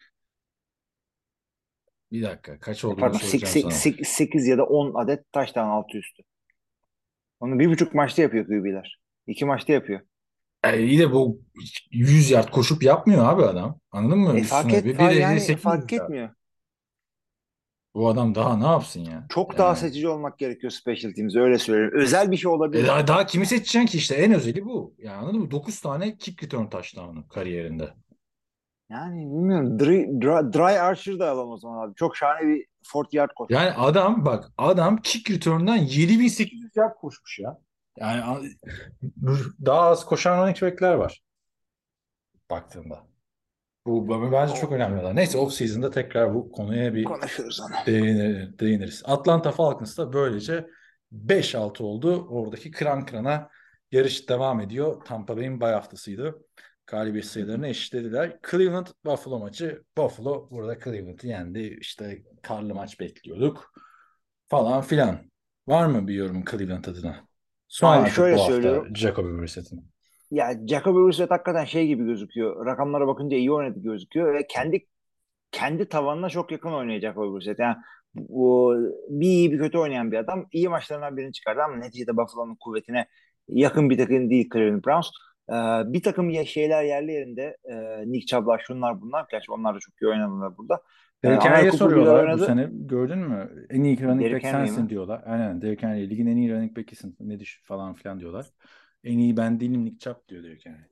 Bir dakika. Kaç E, olduğunu pardon, söyleyeceğim sana. sekiz ya da on adet touchdown altı üstü. Onu bir buçuk maçta yapıyor Q B'ler. İki maçta yapıyor. E, iyi de bu yüz yard koşup yapmıyor abi adam. Anladın mı? E fark Üstüne et bir, bir fa- de yani sekiz fark yüz yard. etmiyor. Bu adam daha ne yapsın ya? Çok daha Yani seçici olmak gerekiyor special teams'e, öyle söylüyorum. Özel bir şey e, olabilir. daha, daha kimi seçeceksin ki işte, en özeli bu. Yani anladın mı? Dokuz tane kick return touchdown'ı kariyerinde. Yani bilmiyorum. Dry, Dry, Dry Archer da alalım o zaman abi. Çok şahane bir kırk yard koşmuş. Yani adam bak, adam kick return'dan yedi bin sekiz yüz yard koşmuş ya. Yani a- daha az koşan running back'ler var baktığında. Bu bu bence çok O, önemli. Neyse, off season'da tekrar bu konuya bir konuşuruz onu. değinir, değiniriz. Atlanta Falcons da böylece beş altı oldu. Oradaki kıran kırana yarış devam ediyor. Tampa Bay'in bay haftasıydı. Galibiyet sayılarını eşitlediler. Cleveland Buffalo maçı. Buffalo burada Cleveland'ı yendi. İşte karlı maç bekliyorduk falan filan. Var mı bir yorum Cleveland adına? Son Abi artık şöyle bu hafta söylüyorum. Jacoby Brissett'in. Ya Jacoby Brissett hakikaten şey gibi gözüküyor. Rakamlara bakınca iyi oynadı gözüküyor ve kendi kendi tavanına çok yakın oynayacak Jacoby Brissett. Yani bu bir iyi bir kötü oynayan bir adam. İyi maçlarından birini çıkardı ama neticede Buffalo'nun kuvvetine yakın bir takım değil Cleveland Browns. Ee, bir takım ya şeyler yerli yerinde, e, Nick Chubb'lar, şunlar bunlar. Gerçi onlar da çok iyi oynadılar burada. Yani Derrick ana Henry'e kupa güzel soruyorlar bu oynadı. sene. Gördün mü? En iyi running back Derrick Henry sensin mi? diyorlar. Aynen Derrick Henry. Ligin en iyi running back'isin. Ne düşün falan filan diyorlar. En iyi ben değilim Nick Chubb diyor Derrick Henry.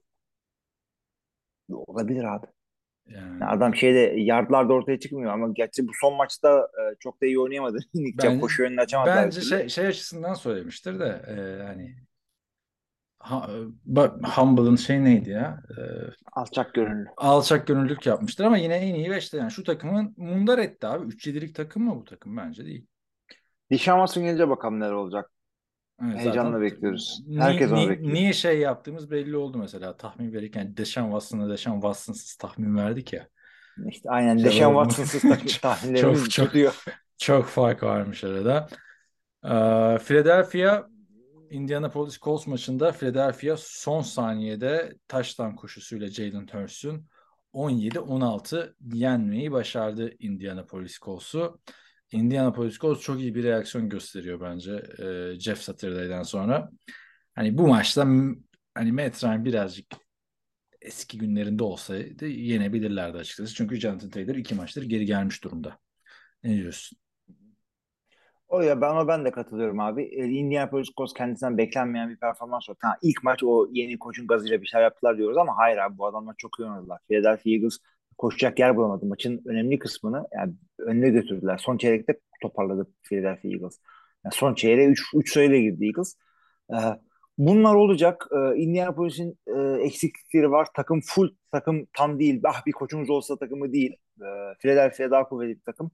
Olabilir abi. Yani Yani adam şeyde yardlarda ortaya çıkmıyor ama gerçi bu son maçta e, çok da iyi oynayamadı. Nick Chubb ben koşu yönünü açamadılar bir bence türlü. şey, şey açısından söylemiştir de e, hani ha, ba- Humble'ın şey neydi ya? E, Alçak gönüllü. alçak gönüllülük yapmıştır ama yine en iyi ve işte yani şu takımın mundar etti abi. üç yedilik takım mı bu takım? Bence değil. Deshaun Watson gelince bakalım neler olacak. Evet, Heyecanla zaten bekliyoruz. ni, Herkes onu ni, bekliyor. niye şey yaptığımız belli oldu mesela. Tahmin verirken Deshaun Watson'a Deshaun Watson'sız tahmin verdik ya. İşte aynen İşte Deshaun o Watson'sız tahmin- çok tahminlerimiz çok tutuyor. çok fark varmış arada. Ee, Philadelphia Indianapolis Colts maçında Philadelphia son saniyede touchdown koşusuyla Jalen Hurts'un on yedi on altı yenmeyi başardı Indianapolis Colts'u. Indianapolis Colts çok iyi bir reaksiyon gösteriyor bence e, Jeff Saturday'den sonra. Hani bu maçta m- hani Matt Ryan birazcık eski günlerinde olsaydı yenebilirlerdi açıkçası. Çünkü Jonathan Taylor iki maçtır geri gelmiş durumda. Ne diyorsun? O ya ben ama ben de katılıyorum abi. E, Indianapolis Colts kendisinden beklenmeyen bir performans var. Ha, ilk maç o yeni koçun gazıyla bir şeyler yaptılar diyoruz ama hayır abi bu adamlar çok iyi oynadılar. Philadelphia Eagles koşacak yer bulamadı. Maçın önemli kısmını yani önüne götürdüler. Son çeyrekte toparladı Philadelphia Eagles. Yani son çeyreğe üç sayıyla girdi Eagles. Ee, Bunlar olacak. Ee, Indianapolis'in e, eksiklikleri var. Takım full, takım tam değil. Ah bir koçumuz olsa takımı değil. Ee, Philadelphia daha kuvvetli bir takım.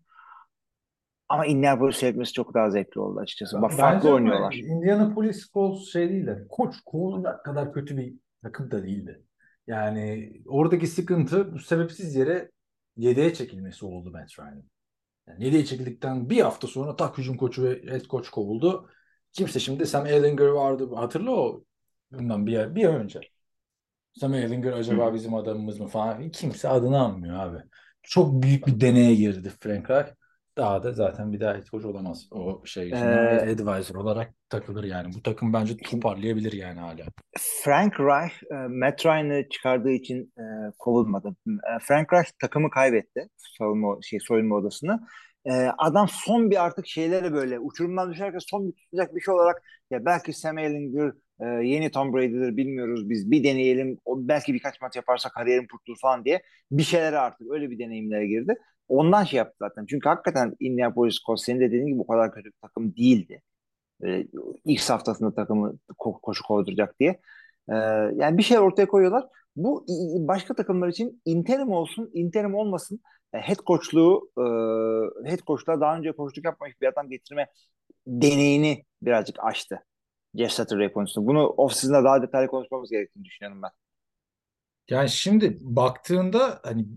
Ama Indianapolis seyretmesi çok daha zevkli oldu açıkçası. Bak Bence farklı ama oynuyorlar. Indianapolis Colts şey değil de koç kovulacak kadar kötü bir takım da değildi. Yani oradaki sıkıntı bu sebepsiz yere yedeğe çekilmesi oldu Matt Ryan'ın. Yani yedeğe çekildikten bir hafta sonra tak hücum koçu ve head coach kovuldu. Kimse şimdi Sam Ehlinger vardı. Hatırla o bundan bir, bir ay önce. Sam Ehlinger Hı acaba hı. bizim adamımız mı falan. Kimse adını anmıyor abi. Çok büyük bir deneye girdi Frank Reich. Daha da zaten bir daha head coach olamaz. O şey yüzünden Ee, advisor olarak takılır yani. Bu takım bence Şimdi toparlayabilir yani hala. Frank Reich e, Matt Ryan'ı çıkardığı için e, kovulmadı. E, Frank Reich takımı kaybetti. Savunma, şey, soyunma odasını. E, adam son bir artık şeylere böyle uçurumdan düşerken son bir tutacak bir şey olarak ya belki Sam Ehlinger e, yeni Tom Brady'dir bilmiyoruz biz bir deneyelim. O, belki birkaç maç yaparsa kariyerim kurtulur falan diye bir şeylere artık öyle bir deneyimlere girdi. Ondan şey yaptı zaten. Çünkü hakikaten Indianapolis Colts senin de dediğin gibi o kadar kötü bir takım değildi. E, ilk haftasında takımı ko- koşu kovduracak diye. E, Yani bir şey ortaya koyuyorlar. Bu i- başka takımlar için interim olsun, interim olmasın e, head coachluğu e, head coachluğa daha önce koçluk yapmamış bir adam getirme deneyini birazcık aştı. Jeff Saturday konusunda. Bunu off-season'da daha detaylı konuşmamız gerektiğini düşünüyorum ben. Yani şimdi baktığında hani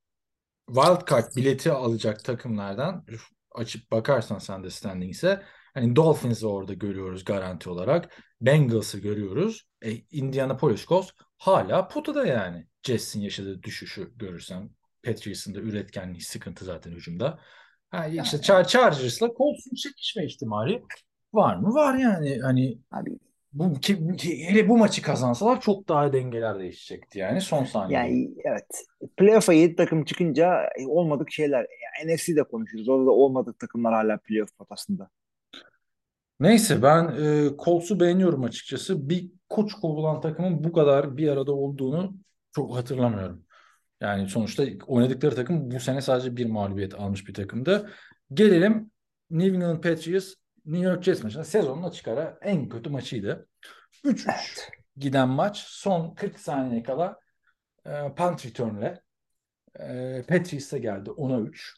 wildcard bileti alacak takımlardan açıp bakarsan sen de standings'e hani Dolphins'i orada görüyoruz garanti olarak. Bengals'ı görüyoruz. E, Indianapolis Colts hala potada yani. Jets'in yaşadığı düşüşü görürsem. Patriots'ın da üretkenliği sıkıntı zaten hücumda. Ha, işte Char Chargers'la Colts'un çekişme ihtimali var mı? Var yani. Hani Abi bu ki, ki- hele bu maçı kazansalar çok daha dengeler değişecekti yani son saniyede. yani evet. Playoff'a yedi takım çıkınca e, olmadık şeyler. Yani N F C'de konuşuruz. Orada da olmadık takımlar hala playoff potasında. Neyse ben e, Colts'u beğeniyorum açıkçası. Bir koç kovulan takımın bu kadar bir arada olduğunu çok hatırlamıyorum. Yani sonuçta oynadıkları takım bu sene sadece bir mağlubiyet almış bir takımdı. Gelelim New England Patriots New York Jets maçına. Sezonun açık ara en kötü maçıydı. üç üç Evet. giden maç son kırk saniye kala e, punt return'le e, Patriots'a geldi ona üç.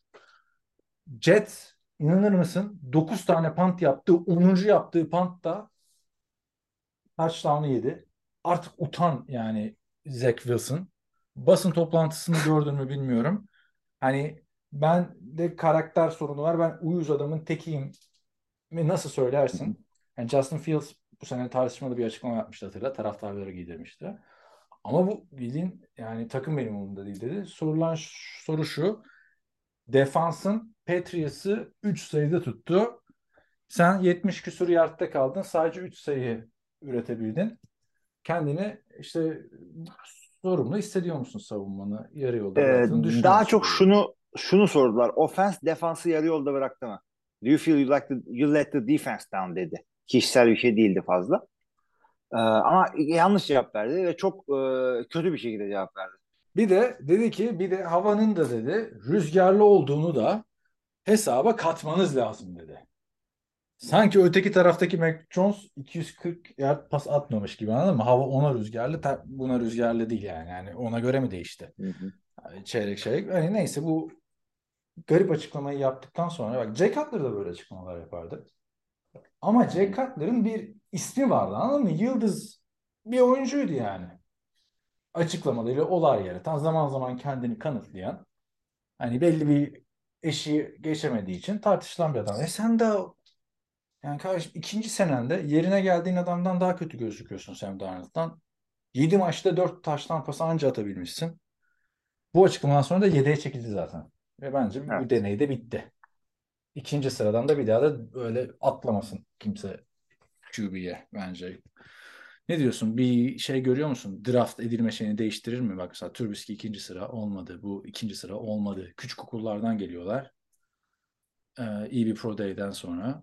Jets inanır mısın dokuz tane punt yaptı. onuncu yaptığı puntta touchdown'ı yedi. Artık utan yani Zach Wilson. Basın toplantısını gördün mü bilmiyorum. Hani ben de karakter sorunu var. Ben uyuz adamın tekiyim mi nasıl Hı hı. söylersin? Yani Justin Fields bu sene tartışmalı bir açıklama yapmıştı hatırla. Taraftarları giydirmişti. Ama bu bildiğin yani takım benim umurumda değil dedi. Sorulan ş- soru şu. Defansın Patriots'ı üç sayıda tuttu. Sen yetmiş küsur yardta kaldın. Sadece üç sayı üretebildin. Kendini işte sorumlu hissediyor musun savunmanı yarı yolda Ee, bıraktığını düşünüyor Daha musun çok böyle? şunu şunu sordular. Offense defansı yarı yolda bıraktı mı? Do you feel you, like the, you let the defense down dedi. Kişisel bir şey değildi fazla. Ee, ama yanlış cevap verdi ve çok e, kötü bir şekilde cevap verdi. Bir de dedi ki bir de havanın da dedi rüzgarlı olduğunu da hesaba katmanız lazım dedi. Sanki öteki taraftaki Mac Jones iki yüz kırk yard pas atmamış gibi, anladın mı? Hava ona rüzgarlı, buna rüzgarlı değil yani. Yani ona göre mi değişti? Hı hı. Yani çeyrek çeyrek. Hani neyse, bu garip açıklamayı yaptıktan sonra bak, Jay Cutler da böyle açıklamalar yapardı. Ama Jay Cutler'ın bir ismi vardı, anladın mı? Yıldız bir oyuncuydu yani. Açıklamalarıyla olay yaratan, zaman zaman kendini kanıtlayan, hani belli bir eşiği geçemediği için tartışılan bir adam. E sen de yani kardeşim, ikinci senende yerine geldiğin adamdan daha kötü gözüküyorsun Sam Darnold'dan. Yedi maçta dört taştan pas anca atabilmişsin. Bu açıklamadan sonra da yedeğe çekildi zaten. Ve bence bu Evet. deney de bitti. İkinci sıradan da bir daha da böyle atlamasın kimse Q B'ye bence. Ne diyorsun? Bir şey görüyor musun? Draft edilme şeyini değiştirir mi? Bak mesela Trubisky ikinci sıra olmadı. Bu ikinci sıra olmadı. Küçük okullardan geliyorlar. Ee, iyi bir Pro Day'den sonra.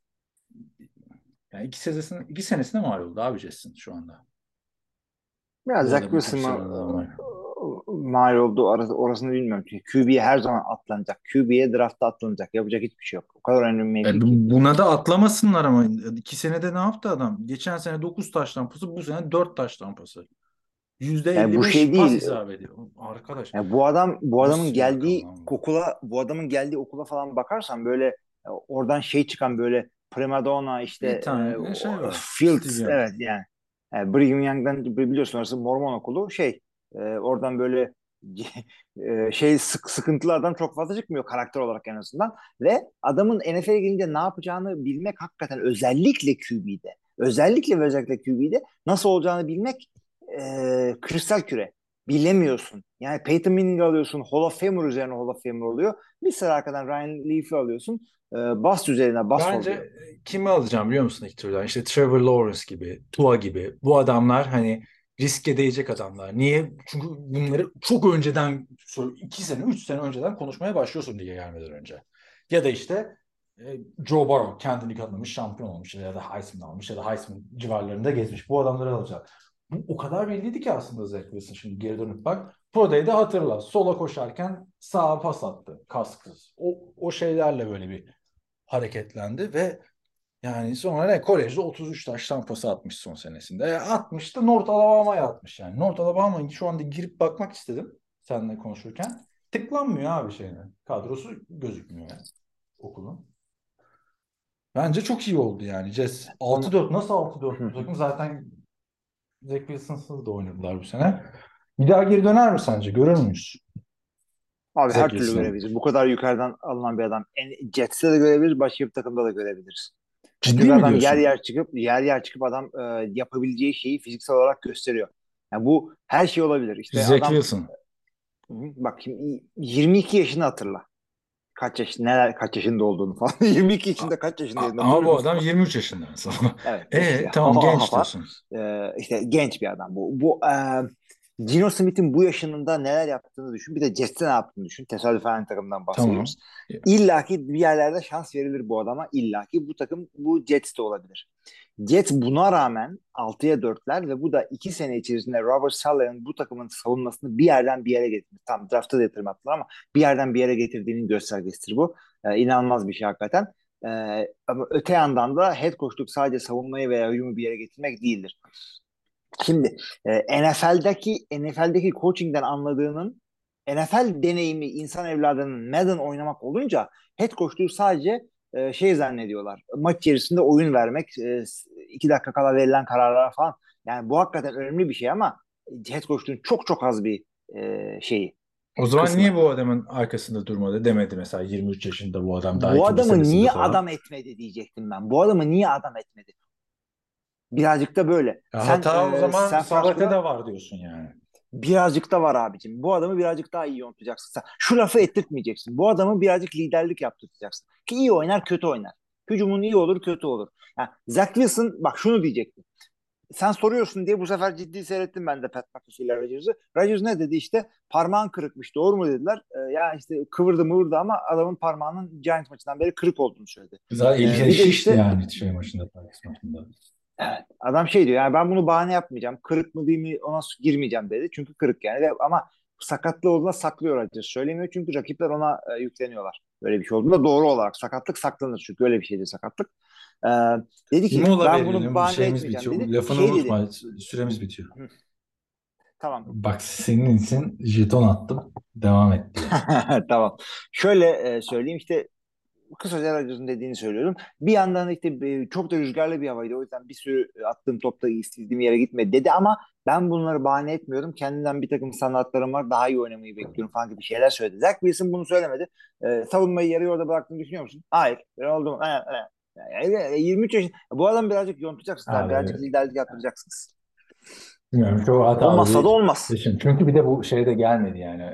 Yani iki senesine, iki senesine mal oldu abi Jets'in şu anda. Biraz Bu Zach adamın ikinci Wilson'a sıradan var. mal oldu orası, orasını bilmiyorum. Çünkü Q B'ye her zaman atlanacak. Q B'ye draftta atlanacak. Yapacak hiçbir şey yok. O kadar önemli bir E, mevki ki. bu- buna da atlamasınlar ama iki senede ne yaptı adam? Geçen sene dokuz taş tampası, bu sene dört taş tampası. Yani bu yüzde elli beş şey pas değil. isabeti. Arkadaş Yani bu adam bu adamın nasıl bir rakam geldiği lan bu? okula bu adamın geldiği okula falan bakarsan böyle e, oradan şey çıkan böyle primadonna işte Bir e, tane o- şey var. Fields Steve Young. evet yani. Yani Brigham Young'dan biliyorsun orası Mormon okulu şey e, oradan böyle e, şey sık sıkıntılı adam çok fazla çıkmıyor karakter olarak en azından ve adamın N F L'e gelince ne yapacağını bilmek hakikaten özellikle Q B'de özellikle ve özellikle Q B'de nasıl olacağını bilmek e, kristal küre bilemiyorsun. Yani Peyton Manning alıyorsun. Hall of Famer üzerine Hall of Famer oluyor. Bir sıra arkadan Ryan Leaf'i alıyorsun. E, bast üzerine bast Bence oluyor. e, kimi alacağım biliyor musun ilk turdan? İşte Trevor Lawrence gibi, Tua gibi. Bu adamlar hani riske değecek adamlar. Niye? Çünkü bunları çok önceden, iki sene, üç sene önceden konuşmaya başlıyorsun lige gelmeden önce. Ya da işte e, Joe Burrow kendini kanıtlamış, şampiyon olmuş ya da Heisman almış ya da Heisman civarlarında gezmiş. Bu adamları alacak. Bu o kadar belliydi ki aslında Zach Wilson, şimdi geri dönüp bak. Pro Day'de hatırla. Sola koşarken sağa pas attı. Kasksız. O, o şeylerle böyle bir hareketlendi ve yani sonra ne, kolejde otuz üç taş tampası atmış son senesinde. E, atmış da North Alabama'ya atmış yani. North Alabama'ya şu anda girip bakmak istedim seninle konuşurken. Tıklanmıyor abi şeyine. Kadrosu gözükmüyor yani okulun. Bence çok iyi oldu yani. Jazz altı dört, nasıl altı dört bu takım? Zaten Zach Wilson'sız da oynadılar bu sene. Bir daha geri döner mi sence? Görür müyüz Abi Zach her türlü Wilson'ı? görebiliriz. Bu kadar yukarıdan alınan bir adam. En, Jets'te de görebiliriz. Başka bir takımda da görebiliriz. Ciddi Çünkü mi adam yer diyorsun? yer çıkıp yer yer çıkıp adam e, yapabileceği şeyi fiziksel olarak gösteriyor. Yani bu her şey olabilir. İşte Zach adam Wilson. hı, bak şimdi yirmi iki yaşını hatırla. Kaç yaş neler kaç yaşında olduğunu falan. yirmi iki A- yaşında kaç yaşındaydın Ama hatırlıyor bu musun? adam yirmi üç yaşında mesela. Evet işte E tamam, hafa genç hafa diyorsun. e, işte genç bir adam bu. Bu e, Geno Smith'in bu yaşında neler yaptığını düşün. Bir de Jets'te ne yaptığını düşün. Tesadüfen aynı takımdan Tamam. bahsediyoruz. İlla ki bir yerlerde şans verilir bu adama. İlla ki bu takım bu Jets'te olabilir. Jets buna rağmen altıya dörtler ve bu da iki sene içerisinde Robert Saleh'in bu takımın savunmasını bir yerden bir yere getirdi. Tam draftta da yatırım yaptılar ama bir yerden bir yere getirdiğinin göstergesidir bu. Ee, inanılmaz bir şey hakikaten. Ee, ama öte yandan da head coachluk sadece savunmayı veya hücumu bir yere getirmek değildir. Şimdi e, N F L'deki N F L'deki coaching'den anladığının N F L deneyimi insan evladının Madden oynamak olunca head coachluğu sadece e, şey zannediyorlar. Maç içerisinde oyun vermek, e, iki dakika kala verilen kararlar falan. Yani bu hakikaten önemli bir şey ama head coachluğun çok çok az bir e, şeyi O zaman kısmı. niye bu adamın arkasında durmadı demedi mesela, yirmi üç yaşında bu adam daha Bu ikinci adamı senesinde niye falan. adam etmedi diyecektim ben. Bu adamı niye adam etmedi? Birazcık da böyle. Ya Sen hata o e, zaman San Salah'ta Francisco'da da var diyorsun yani. birazcık da var abicim. Bu adamı birazcık daha iyi yöneteceksin. Sen şu lafı ettirtmeyeceksin. Bu adamı birazcık liderlik yaptıracaksın. Ki iyi oynar, kötü oynar. Hücumun iyi olur, kötü olur. Yani Zach Wilson bak şunu diyecektim. sen soruyorsun diye bu sefer ciddi seyrettim ben de Pat McAfee ile Rodgers'ı. Rodgers ne dedi işte parmağın kırıkmış doğru mu dediler. Ee, ya işte kıvırdı mıvırdı ama adamın parmağının Giants maçından beri kırık olduğunu söyledi. Zaten Ee, eli bir de şişti işte yani şey maçında, Paris maçında. evet, adam şey diyor yani ben bunu bahane yapmayacağım. Kırık mı değil mi ona girmeyeceğim dedi. Çünkü kırık yani. Ve, ama sakatlığı olduğunda saklıyor Rodgers. Söylemiyor çünkü rakipler ona e, yükleniyorlar. Böyle bir şey olduğunda doğru olarak sakatlık saklanır. Çünkü öyle bir şeydi sakatlık. Ee, dedi Bir ki mola ben bunu verelim. bahane Şeyimiz etmeyeceğim bitiyor. dedi. Lafını Şey dedi. unutma. Süremiz bitiyor. Hı, tamam. Bak senin için jeton attım. Devam et diye. Tamam. Şöyle e, söyleyeyim işte kısaca Rodgers'ın dediğini söylüyorum. Bir yandan işte e, çok da rüzgarlı bir havaydı. O yüzden bir sürü attığım topta istediğim yere gitmedi dedi ama ben bunları bahane etmiyorum. Kendimden bir takım sanatlarım var. Daha iyi oynamayı bekliyorum falan gibi şeyler söyledi. Zach Wilson bunu söylemedi. E, savunmayı yarı yolda bıraktığını düşünüyor musun? Hayır. Ben oldum. E, e. Yani yirmi üç yaşında. Bu adam birazcık yontacaksınız. Abi. Birazcık Abi liderlik yaptıracaksınız. bilmiyorum çok hatalı Olmazsa da bir olmaz. seçim. Çünkü bir de bu şeyde gelmedi yani.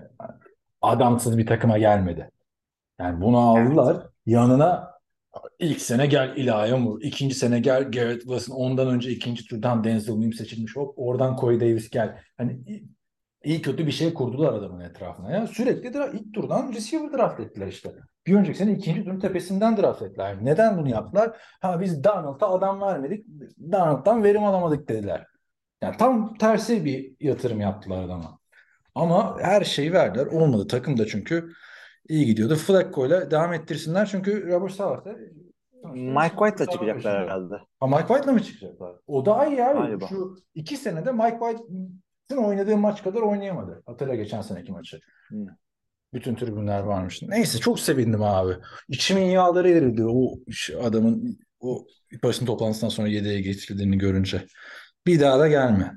Adamsız bir takıma gelmedi. Yani bunu Evet. aldılar. Yanına ilk sene gel Eli Moore. İkinci sene gel Garrett Wilson. Ondan önce ikinci turdan Denzel Mims seçilmiş. Hop oradan Corey Davis gel. Hani iyi, iyi kötü bir şey kurdular adamın etrafına. Ya sürekli dra- ilk turdan receiver draft ettiler işte. Bir önceki sene ikinci turun tepesinden draft ettiler. Neden bunu yaptılar? Ha biz Donald'a adam vermedik. Donald'dan verim alamadık dediler. Yani tam tersi bir yatırım yaptılar adama. Ama her şeyi verdiler. Olmadı. Takım da çünkü iyi gidiyordu. Flacco'yla devam ettirsinler. Çünkü Robert Saleh de sonuçta Mike işini White'la kurtarma çıkacaklar peşinde. herhalde. Ha Mike White'la mı çıkacaklar? O daha iyi abi. Galiba. Şu iki senede Mike White'ın oynadığı maç kadar oynayamadı. Hatırla geçen seneki maçı. Hmm. Bütün tribünler varmış. Neyse çok sevindim abi. İçimin yağları eridi o iş- adamın o basın toplantısından sonra yedeğe geçirdiğini görünce. Bir daha da gelme.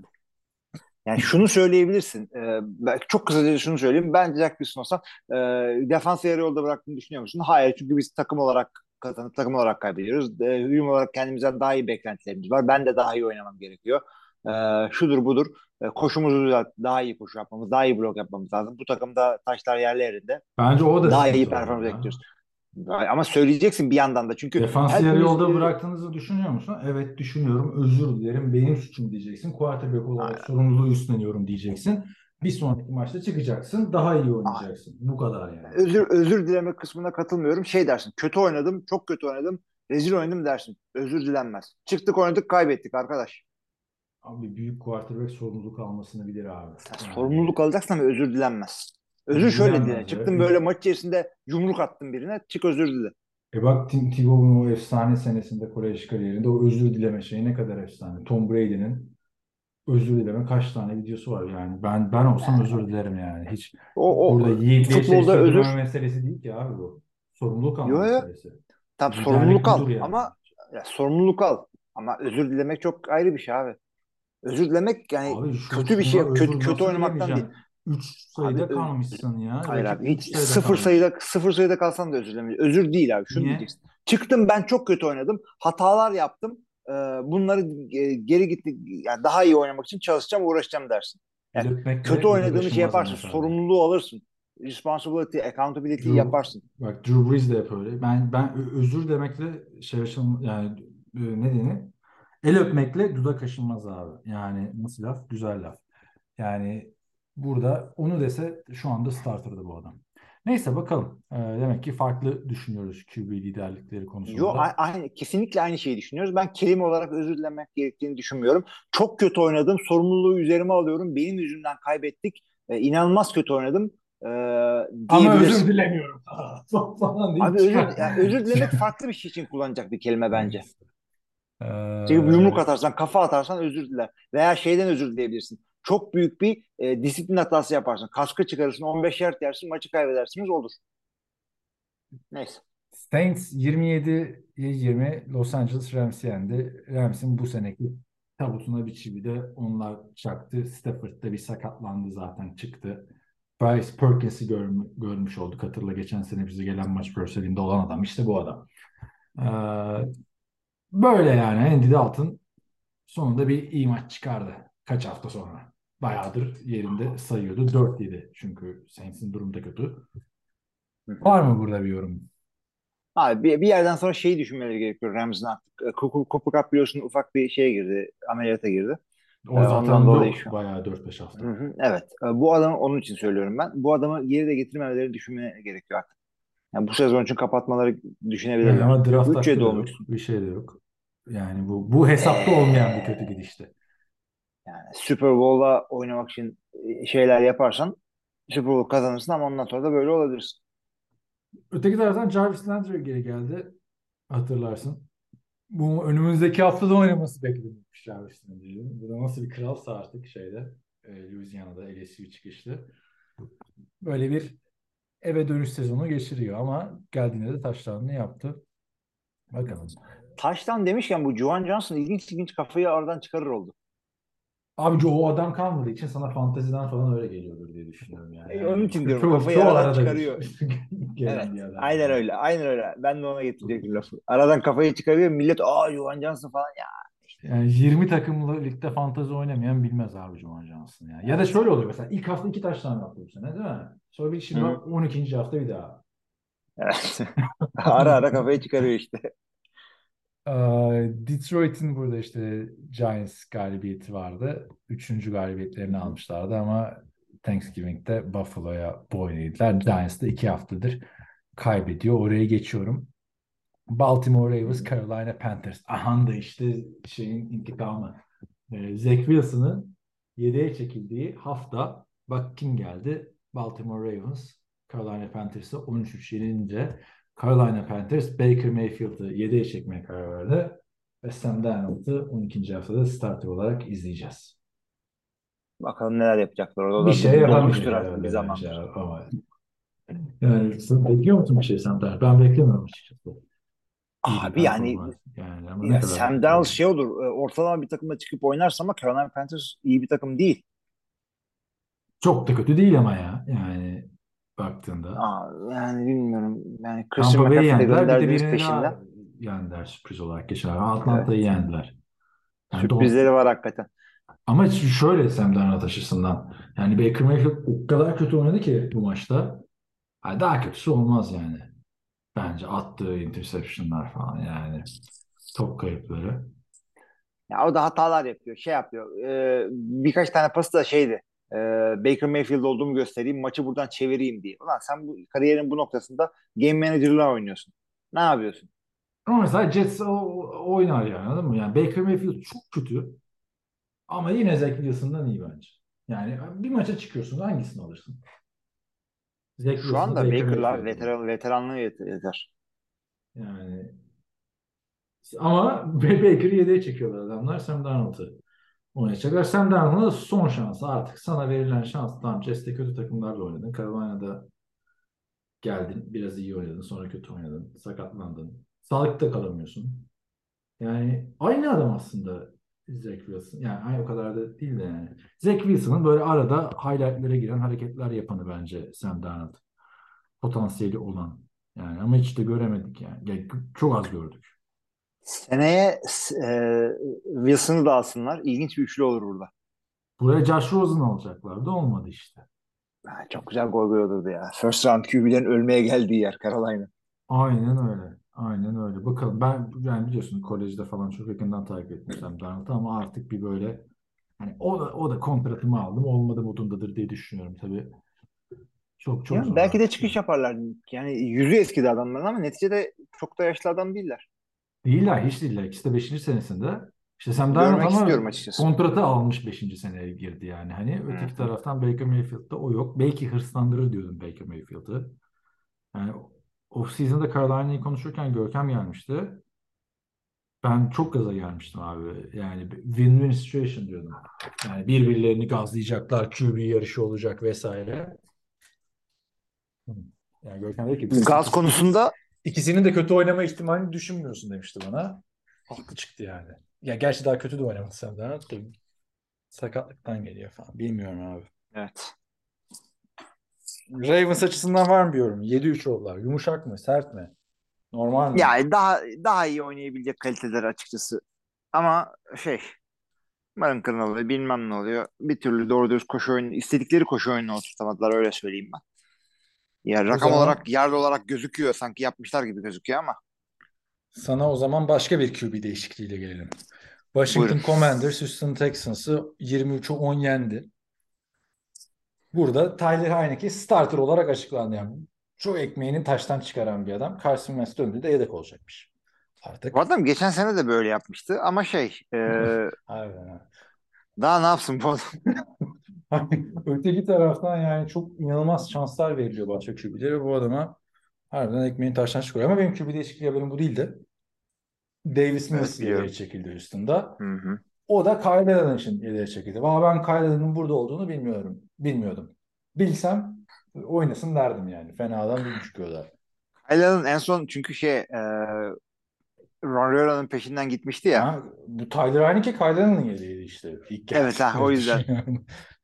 Yani şunu söyleyebilirsin. E, belki çok kısaca şunu söyleyeyim. Ben Jack Wilson olsam e, defansı yarı yolda bıraktığını düşünüyor musun? Hayır. Çünkü biz takım olarak kazanıp takım olarak kaybediyoruz. E, hücum olarak kendimizden daha iyi beklentilerimiz var. Ben de daha iyi oynamam gerekiyor. E, şudur budur. E, koşumuzu düzelt, daha iyi koşu yapmamız, daha iyi blok yapmamız lazım. Bu takımda taşlar yerli yerinde. Bence o da Daha iyi sıkıntı oldu performans ya. bekliyoruz. Ama söyleyeceksin bir yandan da. Çünkü Defansı yarı hepimiz yolda e, bıraktığınızı düşünüyor musun? Evet düşünüyorum. Özür dilerim. Benim suçum diyeceksin. Quarterback olarak sorumluluğu üstleniyorum diyeceksin. Bir sonraki maçta çıkacaksın. Daha iyi oynayacaksın. Bu kadar yani. özür özür dileme kısmına katılmıyorum. Şey dersin. Kötü oynadım, çok kötü oynadım. Rezil oynadım dersin. Özür dilenmez. Çıktık oynadık, kaybettik arkadaş. Abi büyük quarterback sorumluluk almasını bilir abi. Sen Yani sorumluluk alacaksın ama özür dilenmez. Özür şöyle dile. dilenmez ya. Çıktın böyle maç içerisinde yumruk attın birine. Çık özür dile. E bak Tim Tebow'un o efsane senesinde kolej kariyerinde o özür dileme şeyi ne kadar efsane. Tom Brady'nin özür dileme kaç tane videosu var yani. Ben ben olsam özür dilerim yani. Hiç O, burada o yiğitliğe futbolda seçtirmeme özür. meselesi değil ki abi bu. Sorumluluk alma Yo yo. meselesi. Tam Liderlik sorumluluk al. budur yani. Ama ya, sorumluluk al. Ama özür dilemek çok ayrı bir şey abi. Özür dilemek yani Abi şu kötü bir şuna şey. özür Kötü, kötü nasıl oynamaktan değil. dilemeyeceksin? Üç Abi sayıda öz, kalmışsın ya. hayır Rakip abi üç hiç sayıda sıfır kalmış. sayıda sıfır sayıda kalsan da özür dilemeyeceksin. Özür değil abi. Şunu Niye? diyeceksin. Çıktım ben çok kötü oynadım. Hatalar yaptım. Ee, bunları e, geri gitti yani daha iyi oynamak için çalışacağım, uğraşacağım dersin. El Yani kötü öpmekle dudak oynadığını şey aşılmaz yaparsın. Mehmet abi. Sorumluluğu alırsın. Responsibility, accountability Drew, yaparsın. bak Drew Brees de hep öyle. Ben ben ö- özür demekle şey aşılmaz yani e, ne denir? El öpmekle dudak aşılmaz abi. Yani nasıl laf? Güzel laf. Yani burada onu dese şu anda starter'dı bu adam. Neyse bakalım. Ee, demek ki farklı düşünüyoruz Q B liderlikleri Yo, konusunda. a- aynı, kesinlikle aynı şeyi düşünüyoruz. Ben kelime olarak özür dilemek gerektiğini düşünmüyorum. Çok kötü oynadım. Sorumluluğu üzerime alıyorum. Benim yüzümden kaybettik. Ee, inanılmaz kötü oynadım. Ee, Ama özür diyebilirsin. dilemiyorum. Falan deyip Abi özür, çıkar. yani özür dilemek farklı bir şey için kullanacak bir kelime bence. Neyse. Çünkü yumruk Ee, atarsan, kafa atarsan özür diler. Veya şeyden özür dileyebilirsin. Çok büyük bir e, disiplin hatası yaparsın. Kaskı çıkarırsın, on beş yard yersin, maçı kaybedersiniz olur. Neyse. Saints yirmi yediye yirmi Los Angeles Rams'i yendi. Rams'in bu seneki tabutuna bir çivi de onlar çaktı. Stafford'da bir sakatlandı zaten çıktı. Bryce Perkins'i gör, görmüş olduk. Hatırla geçen sene bize gelen maç görselinde olan adam. İşte bu adam. Ee, böyle yani Andy Dalton sonunda bir iyi maç çıkardı. Kaç hafta sonra. Bayağıdır yerinde sayıyordu. dört yedi çünkü Saints'in durumu da kötü. Hı hı. Var mı burada bir yorum? Abi bir, bir yerden sonra şeyi düşünmeleri gerekiyor Rams'ın artık. E, Cooper, Cooper Kupp biliyorsun ufak bir şeye girdi. Ameliyata girdi. E, O zaten ondan dolayı yok şu bayağı dört beş Hı hafta. hı, evet. E, bu adamı onun için söylüyorum ben. Bu adamı geri de getirmemeleri düşünmeye gerekiyor artık. Yani bu sezon için kapatmaları Yani düşünebilirler. ama draft Bütçe hakkı de da olmuş. yok. Bir şey de yok. Yani bu bu hesapta olmayan bir kötü Eee gidişti. yani Super Bowl'da oynamak için e, şeyler yaparsan Super Bowl kazanırsın ama ondan sonra da böyle olabilirsin. Öteki taraftan Jarvis Landry geri geldi. Hatırlarsın. Bu önümüzdeki haftada oynaması bekleniyormuş Jarvis Landry'nin. Bu da nasıl bir kralsa artık şeyde. E, Louisiana'da L S U çıkışlı. Böyle bir eve dönüş sezonu geçiriyor ama geldiğinde de taşlarını yaptı. Bakalım. Taştan demişken bu Juwan Johnson ilginç ilginç kafayı aradan çıkarır oldu. Abici o adam kalmadığı için sana fanteziden falan öyle geliyordur diye düşünüyorum yani. E, onun Yani için çok, diyorum çok, kafayı çok aradan arada bir çıkarıyor. Evet. gelen bir adam Aynen yani. öyle. Aynen öyle. Ben de ona getirecektim lafı. Aradan kafayı çıkarıyor. Millet aa Juwan Johnson falan ya. Yani yirmi takımlı ligde fantezi oynamayan bilmez abi Cuma Johnson ya. Ya da Evet. şöyle oluyor mesela ilk hafta iki taş tane attı bu sene değil mi? Sonra bir Hı şimdi hı. bak on ikinci hafta bir daha. Evet. Ara ara kafayı çıkarıyor işte. Ee, Detroit'in burada işte Giants galibiyeti vardı. Üçüncü Hı galibiyetlerini hı. almışlardı ama Thanksgiving'de Buffalo'ya boyun eğdiler. Giants da iki haftadır kaybediyor. Oraya geçiyorum. Baltimore Hı Ravens, hı. Carolina Panthers. Aha da işte şeyin intikamı. Ee, Zach Wilson'ın yedeğe çekildiği hafta bak kim geldi? Baltimore Ravens, Carolina Panthers'ı on üç üç yenince Carolina Panthers Baker Mayfield'ı yedeğe çekmeye karar verdi. Ve Sam Darnold'u on ikinci haftada starter olarak izleyeceğiz. Bakalım neler yapacaklar orada. O Bir da şey do- yapamayacak dolmuştur artık bir herhalde bence zamandır. ama yani sen bekliyor musun bir şey Sam Darnold? Ben beklemiyorum açıkçası. İyi bir Abi yani performans yani ama ne ya kadar Sam Darnold bekleyeceğim. şey olur. e, Ortalama bir takımda çıkıp oynarsa ama Carolina Panthers iyi bir takım değil. Çok da kötü değil ama ya yani baktığında. Aa, yani bilmiyorum. Yani Christian Tampa Bay'i McCaffrey'i de yendiler. Bir de gönderdiniz birini peşinden. daha yendiler sürpriz olarak geçen hafta. Atlanta'yı Evet. yendiler. Yani don Sürprizleri var hakikaten. ama ş- şöyle Sam Darnold açısından. Yani Baker Mayfield o kadar kötü oynadı ki bu maçta. Ha, daha kötüsü olmaz yani. Bence attığı interceptionlar falan yani. Top kayıpları. Ya o da hatalar yapıyor. Şey yapıyor. E, birkaç tane pası da şeydi. E, Baker Mayfield olduğumu göstereyim. Maçı buradan çevireyim diye. Ulan sen bu kariyerin bu noktasında game manager'la oynuyorsun. Ne yapıyorsun? Ama mesela Jets o, o- oynar yani anladın mı? Yani Baker Mayfield çok kötü ama yine Zach Wilson'dan iyi bence. Yani bir maça çıkıyorsun hangisini alırsın? Zach Şu Wilson'ı anda Baker Baker'la Mayfield'ı mı? veteran, veteranlığı yet- yeter. Yani ama Baker'ı yedeğe çekiyorlar adamlar. Sam Darnold'u oynayacaklar. Sam Darnold'un da son şansı artık. Sana verilen şans. Tamam Jets'te kötü takımlarla oynadın. Carolina'da geldin. Biraz iyi oynadın. Sonra kötü oynadın. Sakatlandın. Sağlıkta kalamıyorsun. Yani aynı adam aslında Zach Wilson. Yani aynı o kadar da değil de yani. Zach Wilson'ın böyle arada highlightlere giren hareketler yapanı bence Sam Darnold. Potansiyeli olan. Yani ama hiç de göremedik yani. Yani çok az gördük. Seneye e, Wilson'ı da alsınlar. İlginç bir üçlü olur burada. Buraya Josh Rosen alacaklardı. Olmadı işte. Ha, çok güzel gol gol olurdu ya. First round Q B'lerin ölmeye geldiği yer Carolina. Aynen öyle. Aynen öyle. Bakalım ben yani biliyorsun kolejde falan çok yakından takip etmiştim Darnold'u ama artık bir böyle hani o da, o da kontratımı aldım olmadı modundadır diye düşünüyorum tabii. Çok çok Ya zor belki de artık çıkış yani. yaparlar. Yani yüzü eskidi adamların ama neticede çok da yaşlı adam değiller. Değiller hiç değiller. İkisi de beşinci senesinde. İşte Sam Darnold Görmek ama istiyorum açıkçası. kontratı almış beşinci seneye girdi yani. Hani Hı öteki hı. taraftan Baker Mayfield'da o yok. Belki hırslandırır diyordum Baker Mayfield'ı. Yani off-season'da Carolina'yı konuşurken Görkem gelmişti. Ben çok gaza gelmiştim abi. Yani win-win situation diyordum. Yani birbirlerini gazlayacaklar, Q B yarışı olacak vesaire. Hı. Yani Görkem dedi ki Gaz ikisi, ikisi, konusunda ikisinin de kötü oynama ihtimalini düşünmüyorsun demişti bana. Haklı çıktı yani. Ya gerçi daha kötü de oynamadı sen daha. Sakatlıktan geliyor falan. Bilmiyorum abi. evet. Ravens açısından var mı bir yorum? yedi üç oldular. Yumuşak mı? Sert mi? Normal mi? Yani daha daha iyi oynayabilecek kaliteler açıkçası. Ama şey Mırınkırın oluyor bilmem ne oluyor. Bir türlü doğru dürüst koşu oyunu istedikleri koşu oyununu oturtamadılar öyle söyleyeyim ben. Ya O rakam olarak, zaman yard olarak gözüküyor. Sanki yapmışlar gibi gözüküyor ama. sana o zaman başka bir Q B değişikliğiyle gelelim. Buyurun. Washington Commanders Houston Texans'ı yirmi üçe on yendi. Burada Tyler Heinicke starter olarak açıklandı. Yani çok ekmeğini taştan çıkaran bir adam. Carson Wentz döndü de yedek olacakmış. Bu Artık. adam geçen sene de böyle yapmıştı ama şey e, Harbiden. daha ne yapsın bu adam? Öteki taraftan yani çok inanılmaz şanslar veriliyor başka Q B'lere. Bu adama harbiden ekmeğini taştan çıkarıyor. Ama benim Q B değişikliği haberim bu değildi. Davis Evet, Mills yedeğe biliyorum. çekildi Houston'da. Hı hı. O da Kyle Allen için yedeğe çekildi. Valla ben Kyle Allen'ın burada olduğunu bilmiyorum. Bilmiyordum. Bilsem oynasın derdim yani. Fena adam değilmiş diyorlar. Kyle Allen en son çünkü şey e, Ron Riverda'nın peşinden gitmişti ya. Ha, bu Tyler Heinicke Kyle Allen'ın yedeğiydi işte. İlk Evet, ha, geldikleri o düşün yüzden. yani.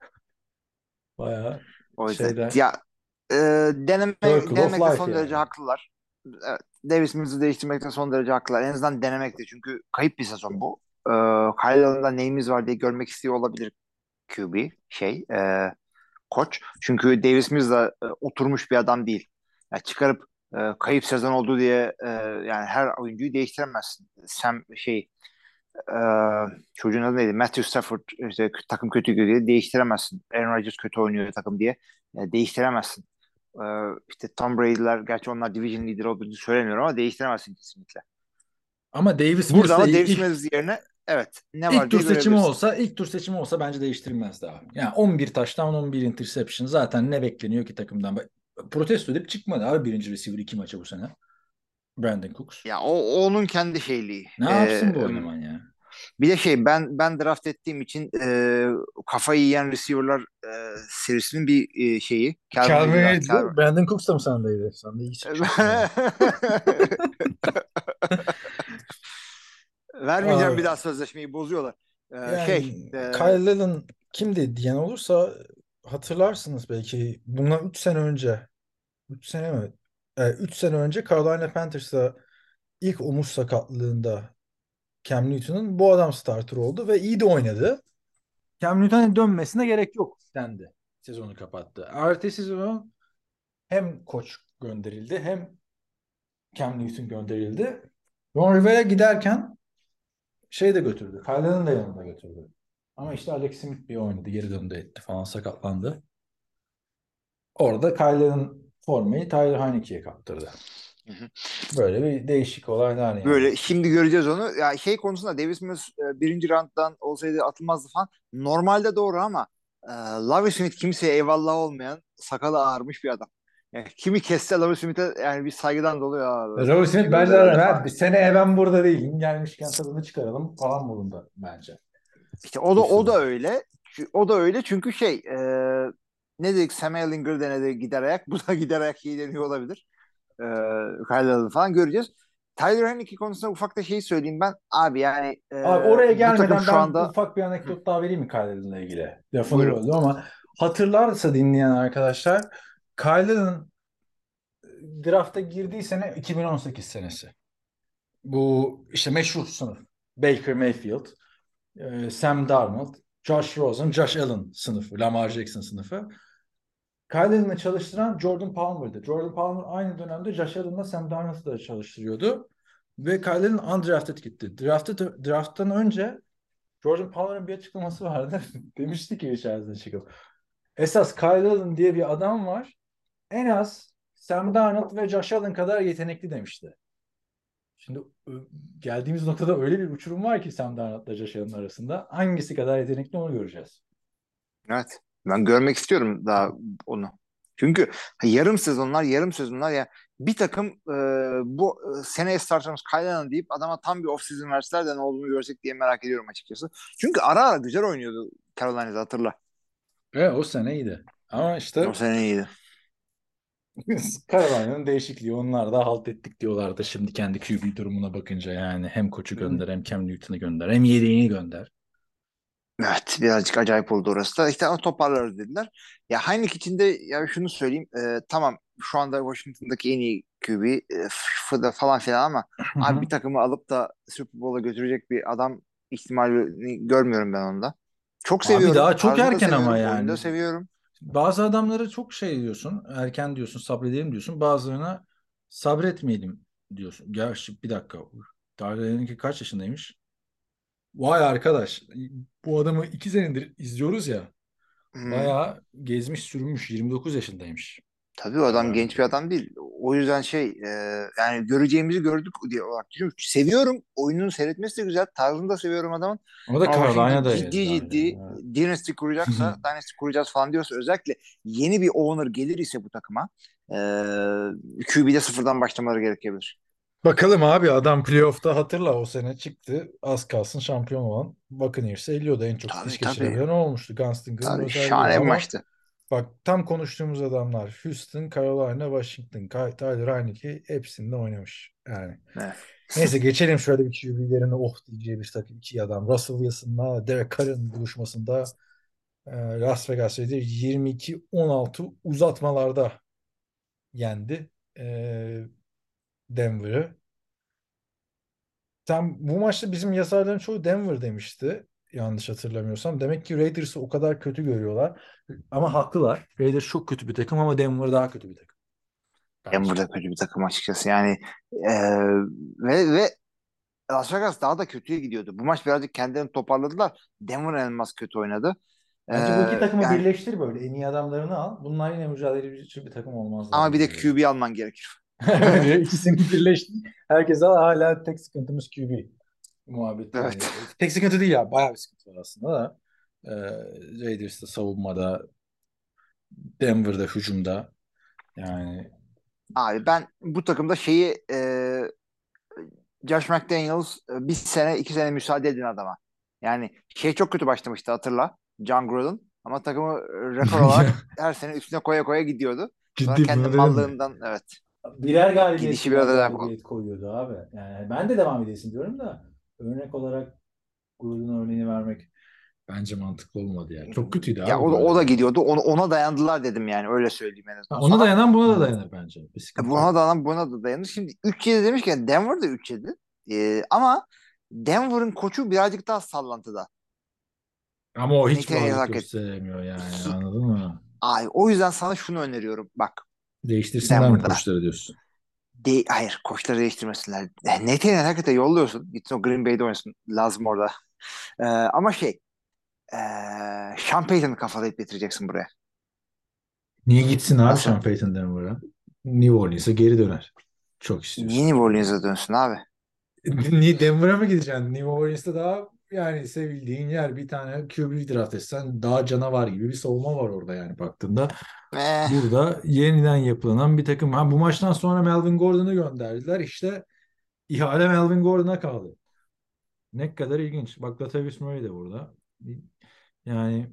Bayağı O yüzden. şeyden Ya e, deneme, Circle of denemekte Life son derece yani. haklılar. Evet, Davis Mills'ı değiştirmekte son derece haklılar. En azından denemekte. Çünkü kayıp bir sezon bu. E, Kyle Allen'da neyimiz var diye görmek istiyor olabilir Q B şey e, koç. Çünkü Davis Mills de e, oturmuş bir adam değil. Ya çıkarıp e, kayıp sezon oldu diye e, yani her oyuncuyu değiştiremezsin. Sam şey e, çocuğun adı neydi? Matthew Stafford işte takım kötü gidiyor diye değiştiremezsin. Aaron Rodgers kötü oynuyor takım diye e, değiştiremezsin. E, işte Tom Brady'ler gerçi onlar division lideri olduğunu söylemiyorum ama değiştiremezsin kesinlikle. Ama Davis Burada Mills de ama Davis ilk Mills yerine evet ne ilk var tur diye seçimi görebilirsin. olsa ilk tur seçimi olsa bence değiştirilmez daha. Yani on bir touchdown on bir interception zaten ne bekleniyor ki takımdan? Bak, protesto edip çıkmadı abi birinci receiver iki maça bu sene. Brandon Cooks. Ya o, o onun kendi şeyliği. Ne E, yapsın bu eleman ya? Bir de şey ben ben draft ettiğim için e, kafayı yiyen receiver'lar e, serisinin bir e, şeyi. Calvin Calvin Ridley var. Ridley, Calvin. Brandon Cooks da mı sendeydi? Sen de iyi seçmişsin yani. Vermeyeceğim bir Aa, daha sözleşmeyi bozuyorlar. E, şey yani e, Kyle Allen kimdi diyen olursa hatırlarsınız belki bundan üç sene önce üç sene mi? üç sene önce Carolina Panthers'a ilk omuz sakatlığında Cam Newton'un bu adam starter oldu ve iyi de oynadı. Cam Newton'un dönmesine gerek yok dendi. Sezonu kapattı. Ertesi sezon hem koç gönderildi hem Cam Newton gönderildi. Ron Rivera giderken şey de götürdü. Kyle'ın da yanında götürdü. Ama işte Alex Smith bir oynadı. Geri döndü etti falan sakatlandı. Orada Kyle'ın formayı Tyler Heinicke'ye kaptırdı. Böyle bir değişik olaylar yani. böyle şimdi göreceğiz onu. Ya şey konusunda Davis Mills e, birinci rounddan olsaydı atılmazdı falan. Normalde doğru ama e, Lovie Smith kimseye eyvallah olmayan sakalı ağarmış bir adam. Yani kimi kesse Lovie Smith'e yani bir saygıdan dolayı abi. Roy Bir Smith şey oldu bence de herhalde ha, falan. bir sene ben burada değilim. Gelmişken tadını çıkaralım falan modunda bence. İşte o da o da Houston'ın. öyle. Çü- O da öyle çünkü şey e, ne dedik Sam Ehlinger denedi gider ayak. Bu da gider ayak iyi deniyor olabilir. E, Kyle Allen falan göreceğiz. Tyler Heinicke konusunda ufak da şey söyleyeyim ben. Abi yani e, Abi oraya bu takım gelmeden şu ben anda ufak bir hı, anekdot daha vereyim mi Kyle'ınla ilgili? Lafını buyurun. böldüm ama hatırlarsa dinleyen arkadaşlar Kyle'ın drafta girdiği sene iki bin on sekiz senesi. Bu işte meşhur sınıf. Baker Mayfield, e, Sam Darnold, Josh Rosen, Josh Allen sınıfı, Lamar Jackson sınıfı. Kyle'ını çalıştıran Jordan Palmer'dı. Jordan Palmer aynı dönemde Josh Allen'la Sam Darnold'u da çalıştırıyordu. Ve Kyle'ın undrafted gitti. Drafted, drafttan önce Jordan Palmer'ın bir açıklaması vardı. Demişti ki içerisinde çıkıp. Esas Kyle Allen diye bir adam var. En az Sam Darnold ve Josh Allen kadar yetenekli demişti. Şimdi geldiğimiz noktada öyle bir uçurum var ki Sam Darnold'la Josh Allen arasında. Hangisi kadar yetenekli onu göreceğiz. Evet. Ben görmek istiyorum daha onu. Çünkü yarım sezonlar yarım sezonlar ya bir takım e, bu e, seneye startımız Kyle'ın deyip adama tam bir off-season verseler de ne olduğunu görsek diye merak ediyorum açıkçası. Çünkü ara ara güzel oynuyordu Carolina'da hatırla. Ve o sene iyiydi. Ama O işte sene iyiydi. Carolina'nın değişikliği onlar da halt ettik diyorlardı şimdi kendi Q B durumuna bakınca yani hem koçu gönder hem Cam Newton'u gönder hem yedeğini gönder. Evet, birazcık acayip oldu orası da. İşte o toparlarız dediler. Ya Heinicke için de ya şunu söyleyeyim. E, tamam şu anda Washington'daki en iyi Q B e, f- da falan filan ama Hı abi bir hı. takımı alıp da Super Bowl'a götürecek bir adam ihtimalini görmüyorum ben onda. Çok Abi seviyorum. daha çok Tarzını da erken ama seviyorum. Oyunu da yani. seviyorum. bazı adamlara çok şey diyorsun, erken diyorsun, sabredelim diyorsun. Bazılarına sabretmeyelim diyorsun. Gerçi bir dakika. Tyler kaç yaşındaymış? Vay arkadaş. Bu adamı iki senedir izliyoruz ya. Hı. Bayağı gezmiş sürmüş. yirmi dokuz yaşındaymış. Tabii o adam Tyler. genç bir adam değil. O yüzden şey e, yani göreceğimizi gördük diye olarak düşünüyorum. Seviyorum. Oyununu seyretmesi de güzel. Tarzını da seviyorum adamın. O da Ama Washington Carolina'daydı ciddi zaten. ciddi Dynasty kuracaksa, Dynasty kuracağız falan diyorsa, özellikle yeni bir owner gelir ise bu takıma e, Q B'de sıfırdan başlamaları gerekebilir. Bakalım abi adam playoff'ta hatırla o sene çıktı. Az kalsın şampiyon olan Buccaneers'ı eliyordu. En çok diş Tabii tabii. geçirebilen o olmuştu. Gunslinger'ın Tabii özelliği o. şahane bir Ama maçtı. bak tam konuştuğumuz adamlar Houston, Carolina, Washington, Kay- Tyler Heineke hepsinde oynamış. Yani Evet. neyse geçelim şöyle bir Q B'lerine oh diyeceği bir takım iki adam. Russell Wilson'la Derek Carr'ın buluşmasında e, Las Vegas Raiders yirmi iki on altı uzatmalarda yendi e, Denver'ı. Tam bu maçta bizim yazarların çoğu Denver demişti. Yanlış hatırlamıyorsam. Demek ki Raiders'ı o kadar kötü görüyorlar. Ama haklılar. Raiders çok kötü bir takım ama Denver daha kötü bir takım. Bence. Denver'da kötü bir takım açıkçası. Yani e, ve ve Las Vegas daha da kötüye gidiyordu. Bu maç birazcık kendilerini toparladılar. Denver inanılmaz kötü oynadı. E, Bence bu iki takımı yani birleştir böyle. En iyi adamlarını al. Bunlar yine mücadele için bir takım olmazlar ama bir gibi de geliyor. Q B alman gerekir. İkisini birleştir. Herkese hala tek sıkıntımız Q B muhabbeti Evet. yani. Tek sıkıntı değil ya. Bayağı bir sıkıntı var aslında da. Ee, Raiders'ta savunmada, Denver'da hücumda. Yani Abi ben bu takımda şeyi e, Josh McDaniels e, bir sene iki sene müsaade edin adama. Yani şey çok kötü başlamıştı hatırla. John Gruden. Ama takımı e, rekor olarak her sene üstüne koya koya gidiyordu. Sonra ciddi kendi bunu dedin mi? mallığından, evet, Birer galibiyet gidişi birer biraz acayip. galibiyet koyuyordu abi. Yani ben de devam edesin diyorum da örnek olarak Gruden'ın örneğini vermek bence mantıklı olmadı ya. Çok kötüydü Ya abi o da, o da Gruden ya. gidiyordu. Ona, ona dayandılar dedim, yani öyle söyleyeyim en Ha, azından. ona Sonra dayanan buna da dayanır bence. Bir e, sıkıntı buna yok. dayanan buna da dayanır. Şimdi üç yedi demişken Denver da üç yedi. Ee, ama Denver'ın koçu birazcık daha sallantıda. Ama o hiç Netanyahu varlık hareket. gösteremiyor yani Hi- anladın mı? Ay, o yüzden sana şunu öneriyorum. Bak, Değiştirsinler mi Denver'da. koçları diyorsun? De hayır, koçları değiştirmesinler. E, Netanyahu harekete yolluyorsun. Gitsin o Green Bay'de oynasın. Lazım orada. Ee, ama şey ee, Sean Payton'ı kafalayıp getireceksin buraya. Niye gitsin abi Nasıl? Sean Payton Denver'a? New Orleans'a geri döner. Çok Niye istiyorsun. New Orleans'a dönsün abi? Niye Denver'a mı gideceksin? New Orleans'ta daha yani sevildiğin yer bir tane Q B draft etsen daha canavar gibi bir savunma var orada yani baktığında. Eh, Burada yeniden yapılanan bir takım. Ha, bu maçtan sonra Melvin Gordon'u gönderdiler. İşte ihale Melvin Gordon'a kaldı. Ne kadar ilginç. Bak Latavius Murray de burada. Yani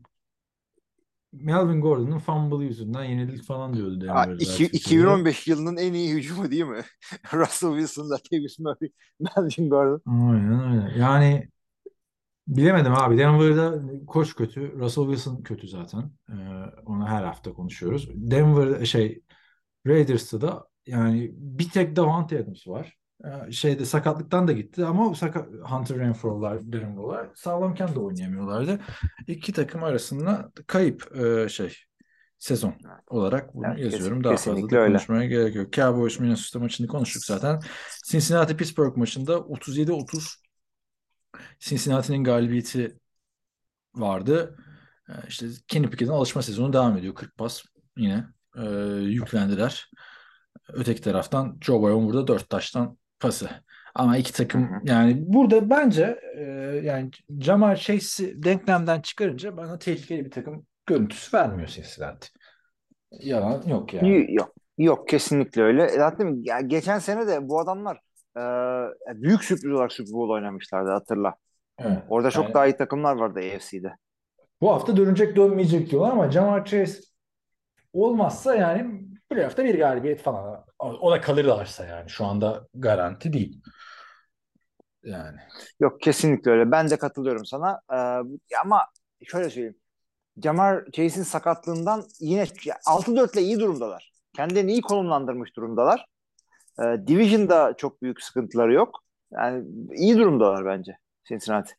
Melvin Gordon'un fumble yüzünden yenildik falan diyordu a- Denver'lılar iki- Twitter'da. iki bin on beş yılının en iyi hücumu değil mi? Russell Wilson, Latavius Murray, Melvin Gordon. Aynen öyle. Yani bilemedim abi. Denver'da koç kötü. Russell Wilson kötü zaten. Ee, onu her hafta konuşuyoruz. Denver şey Raiders'ta da yani bir tek Davante Adams var. Ee, şeyde sakatlıktan da gitti ama o sakat, Hunter Renfrow'lar, Denver'lar sağlamken de oynayamıyorlardı. İki takım arasında kayıp e, şey sezon Evet, olarak bunu evet, kes- yazıyorum. Daha fazla kesinlikle da öyle. konuşmaya gerek yok. Cowboys Minnesota maçını konuştuk zaten. Cincinnati Pittsburgh maçında otuz yedi otuz Cincinnati'nin galibiyeti vardı. Ee, İşte Kenny Pickett'in alışma sezonu devam ediyor. kırk pas yine e, yüklendiler. Öteki taraftan Joe Burrow'un burada dört taştan pası. Ama iki Hı takım hı. yani burada bence e, yani Jamar Chase'i denklemden çıkarınca bana tehlikeli bir takım görüntüsü vermiyor Cincinnati. Yalan yok yani. Y- Yok, yok, kesinlikle öyle. Zaten ya geçen sene de bu adamlar e, büyük sürpriz olarak Super Bowl oynamışlardı, hatırla. Evet. Orada çok Yani daha iyi takımlar vardı A F C'de. bu hafta dönecek dönmeyecek diyorlar ama Jamar Chase olmazsa yani playoff'ta bir galibiyet falan. O da kalırlarsa yani şu anda garanti değil. Yani. Yok, kesinlikle öyle. Ben de katılıyorum sana. E, ama şöyle söyleyeyim. Jamar Chase'in sakatlığından yine altı dört ile iyi durumdalar. Kendilerini iyi konumlandırmış durumdalar. E, Division'da çok büyük sıkıntıları yok. Yani iyi durumdalar bence Cincinnati.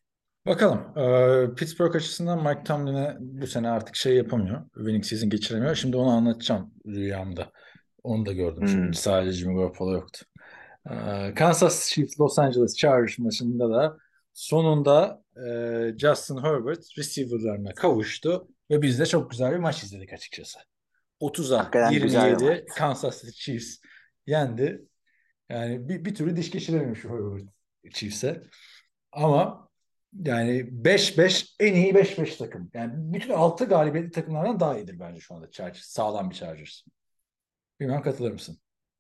Bakalım. Ee, Pittsburgh açısından Mike Tomlin'e bu sene artık şey yapamıyor. Winning season geçiremiyor. Şimdi onu anlatacağım rüyamda. Onu da gördüm şimdi. Hmm. Sadece Jimmy Garoppolo yoktu. Ee, Kansas Chiefs Los Angeles Chargers maçında da sonunda e, Justin Herbert receiver'larına kavuştu ve biz de çok güzel bir maç izledik açıkçası. otuza Hakikaten güzel bir maç. yirmi yedi Kansas City Chiefs yendi. Yani bir, bir türlü diş geçirememiş Herbert Chiefs'e. Ama yani beş beş en iyi beş beş takım. Yani bütün altı galibiyetli takımlardan daha iyidir bence şu anda Chargers. Sağlam bir Chargers. Bilmem katılır mısın?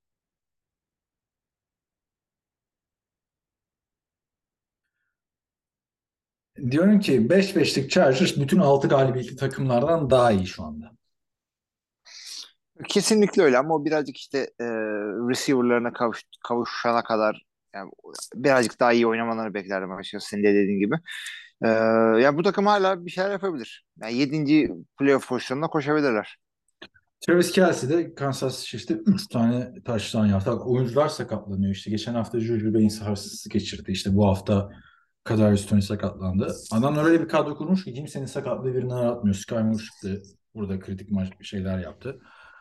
Diyorum ki beş beşlik Chargers bütün altı galibiyetli takımlardan daha iyi şu anda. Kesinlikle öyle ama o birazcık işte e, receiver'larına kavuş, kavuşana kadar yani birazcık daha iyi oynamalarını beklerdim açıkçası senin de dediğin gibi. E, Ya bu takım hala bir şeyler yapabilir. Yani yedinci playoff pozisyonuna koşabilirler. Travis Kelce de Kansas Chiefs'te üç tane taştan yaptı. Bak, oyuncular sakatlanıyor işte. Geçen hafta Juju Beyin sarsıntısı geçirdi. İşte bu hafta Kadarius Toney sakatlandı. Adam öyle bir kadro kurmuş ki kimsenin sakatlığı birini aratmıyor. Sky Moore çıktı. Burada kritik maç bir şeyler yaptı.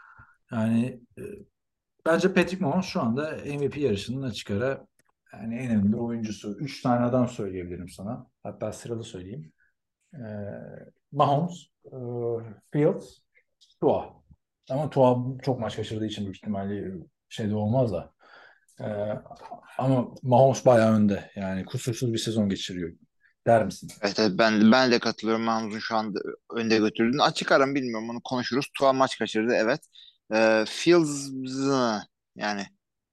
Yani e, bence Patrick Mahomes şu anda M V P yarışının açık ara yani en önemli oyuncusu. Üç tane adam söyleyebilirim sana. Hatta sıralı söyleyeyim. E, Mahomes, e, Fields, Tua. Ama Tua çok maç kaçırdığı için büyük ihtimalle şeyde olmaz da. E, ama Mahomes bayağı önde. Yani kusursuz bir sezon geçiriyor. Der misin? Evet, evet, ben ben de katılıyorum Mahmut'un şu anda önde götürdüğünü. Açık ara bilmiyorum onu konuşuruz. Tua maç kaçırdı evet. E, Fields yani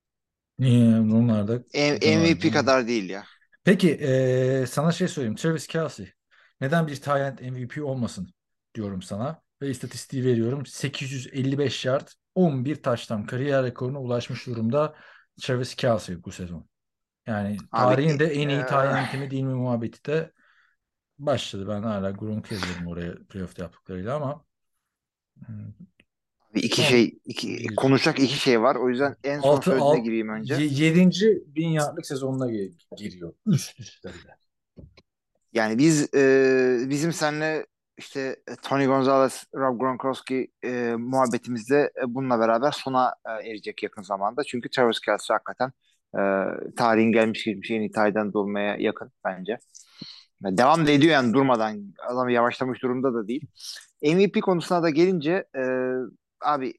Niye? Onlar da M- var. MVP kadar değil ya. Peki eee, sana şey söyleyeyim. Travis Kelce. Neden bir tight end M V P olmasın diyorum sana. Ve istatistiği veriyorum. sekiz yüz elli beş yard, on bir taştan kariyer rekoruna ulaşmış durumda Travis Kelce bu sezon. Yani Abi tarihin de en e, iyi tight end mi değil mi muhabbeti de başladı. Ben hala Gronk'u yazıyorum oraya playoff'ta yaptıklarıyla ama hmm, iki son şey iki, bir konuşacak iki şey var. O yüzden en son altı söylediğine alt gireyim önce. yedinci bin yardlık sezonuna gi- giriyor. Üst üste bir de. Yani biz e, bizim seninle işte e, Tony Gonzalez, Rob Gronkowski e, muhabbetimizde e, bununla beraber sona e, erecek yakın zamanda. Çünkü Travis Kelce hakikaten e, tarihin gelmiş geçmiş en iyi tight end olmaya yakın bence. Yani devam da ediyor yani durmadan. Adam yavaşlamış durumda da değil. M V P konusuna da gelince e, abi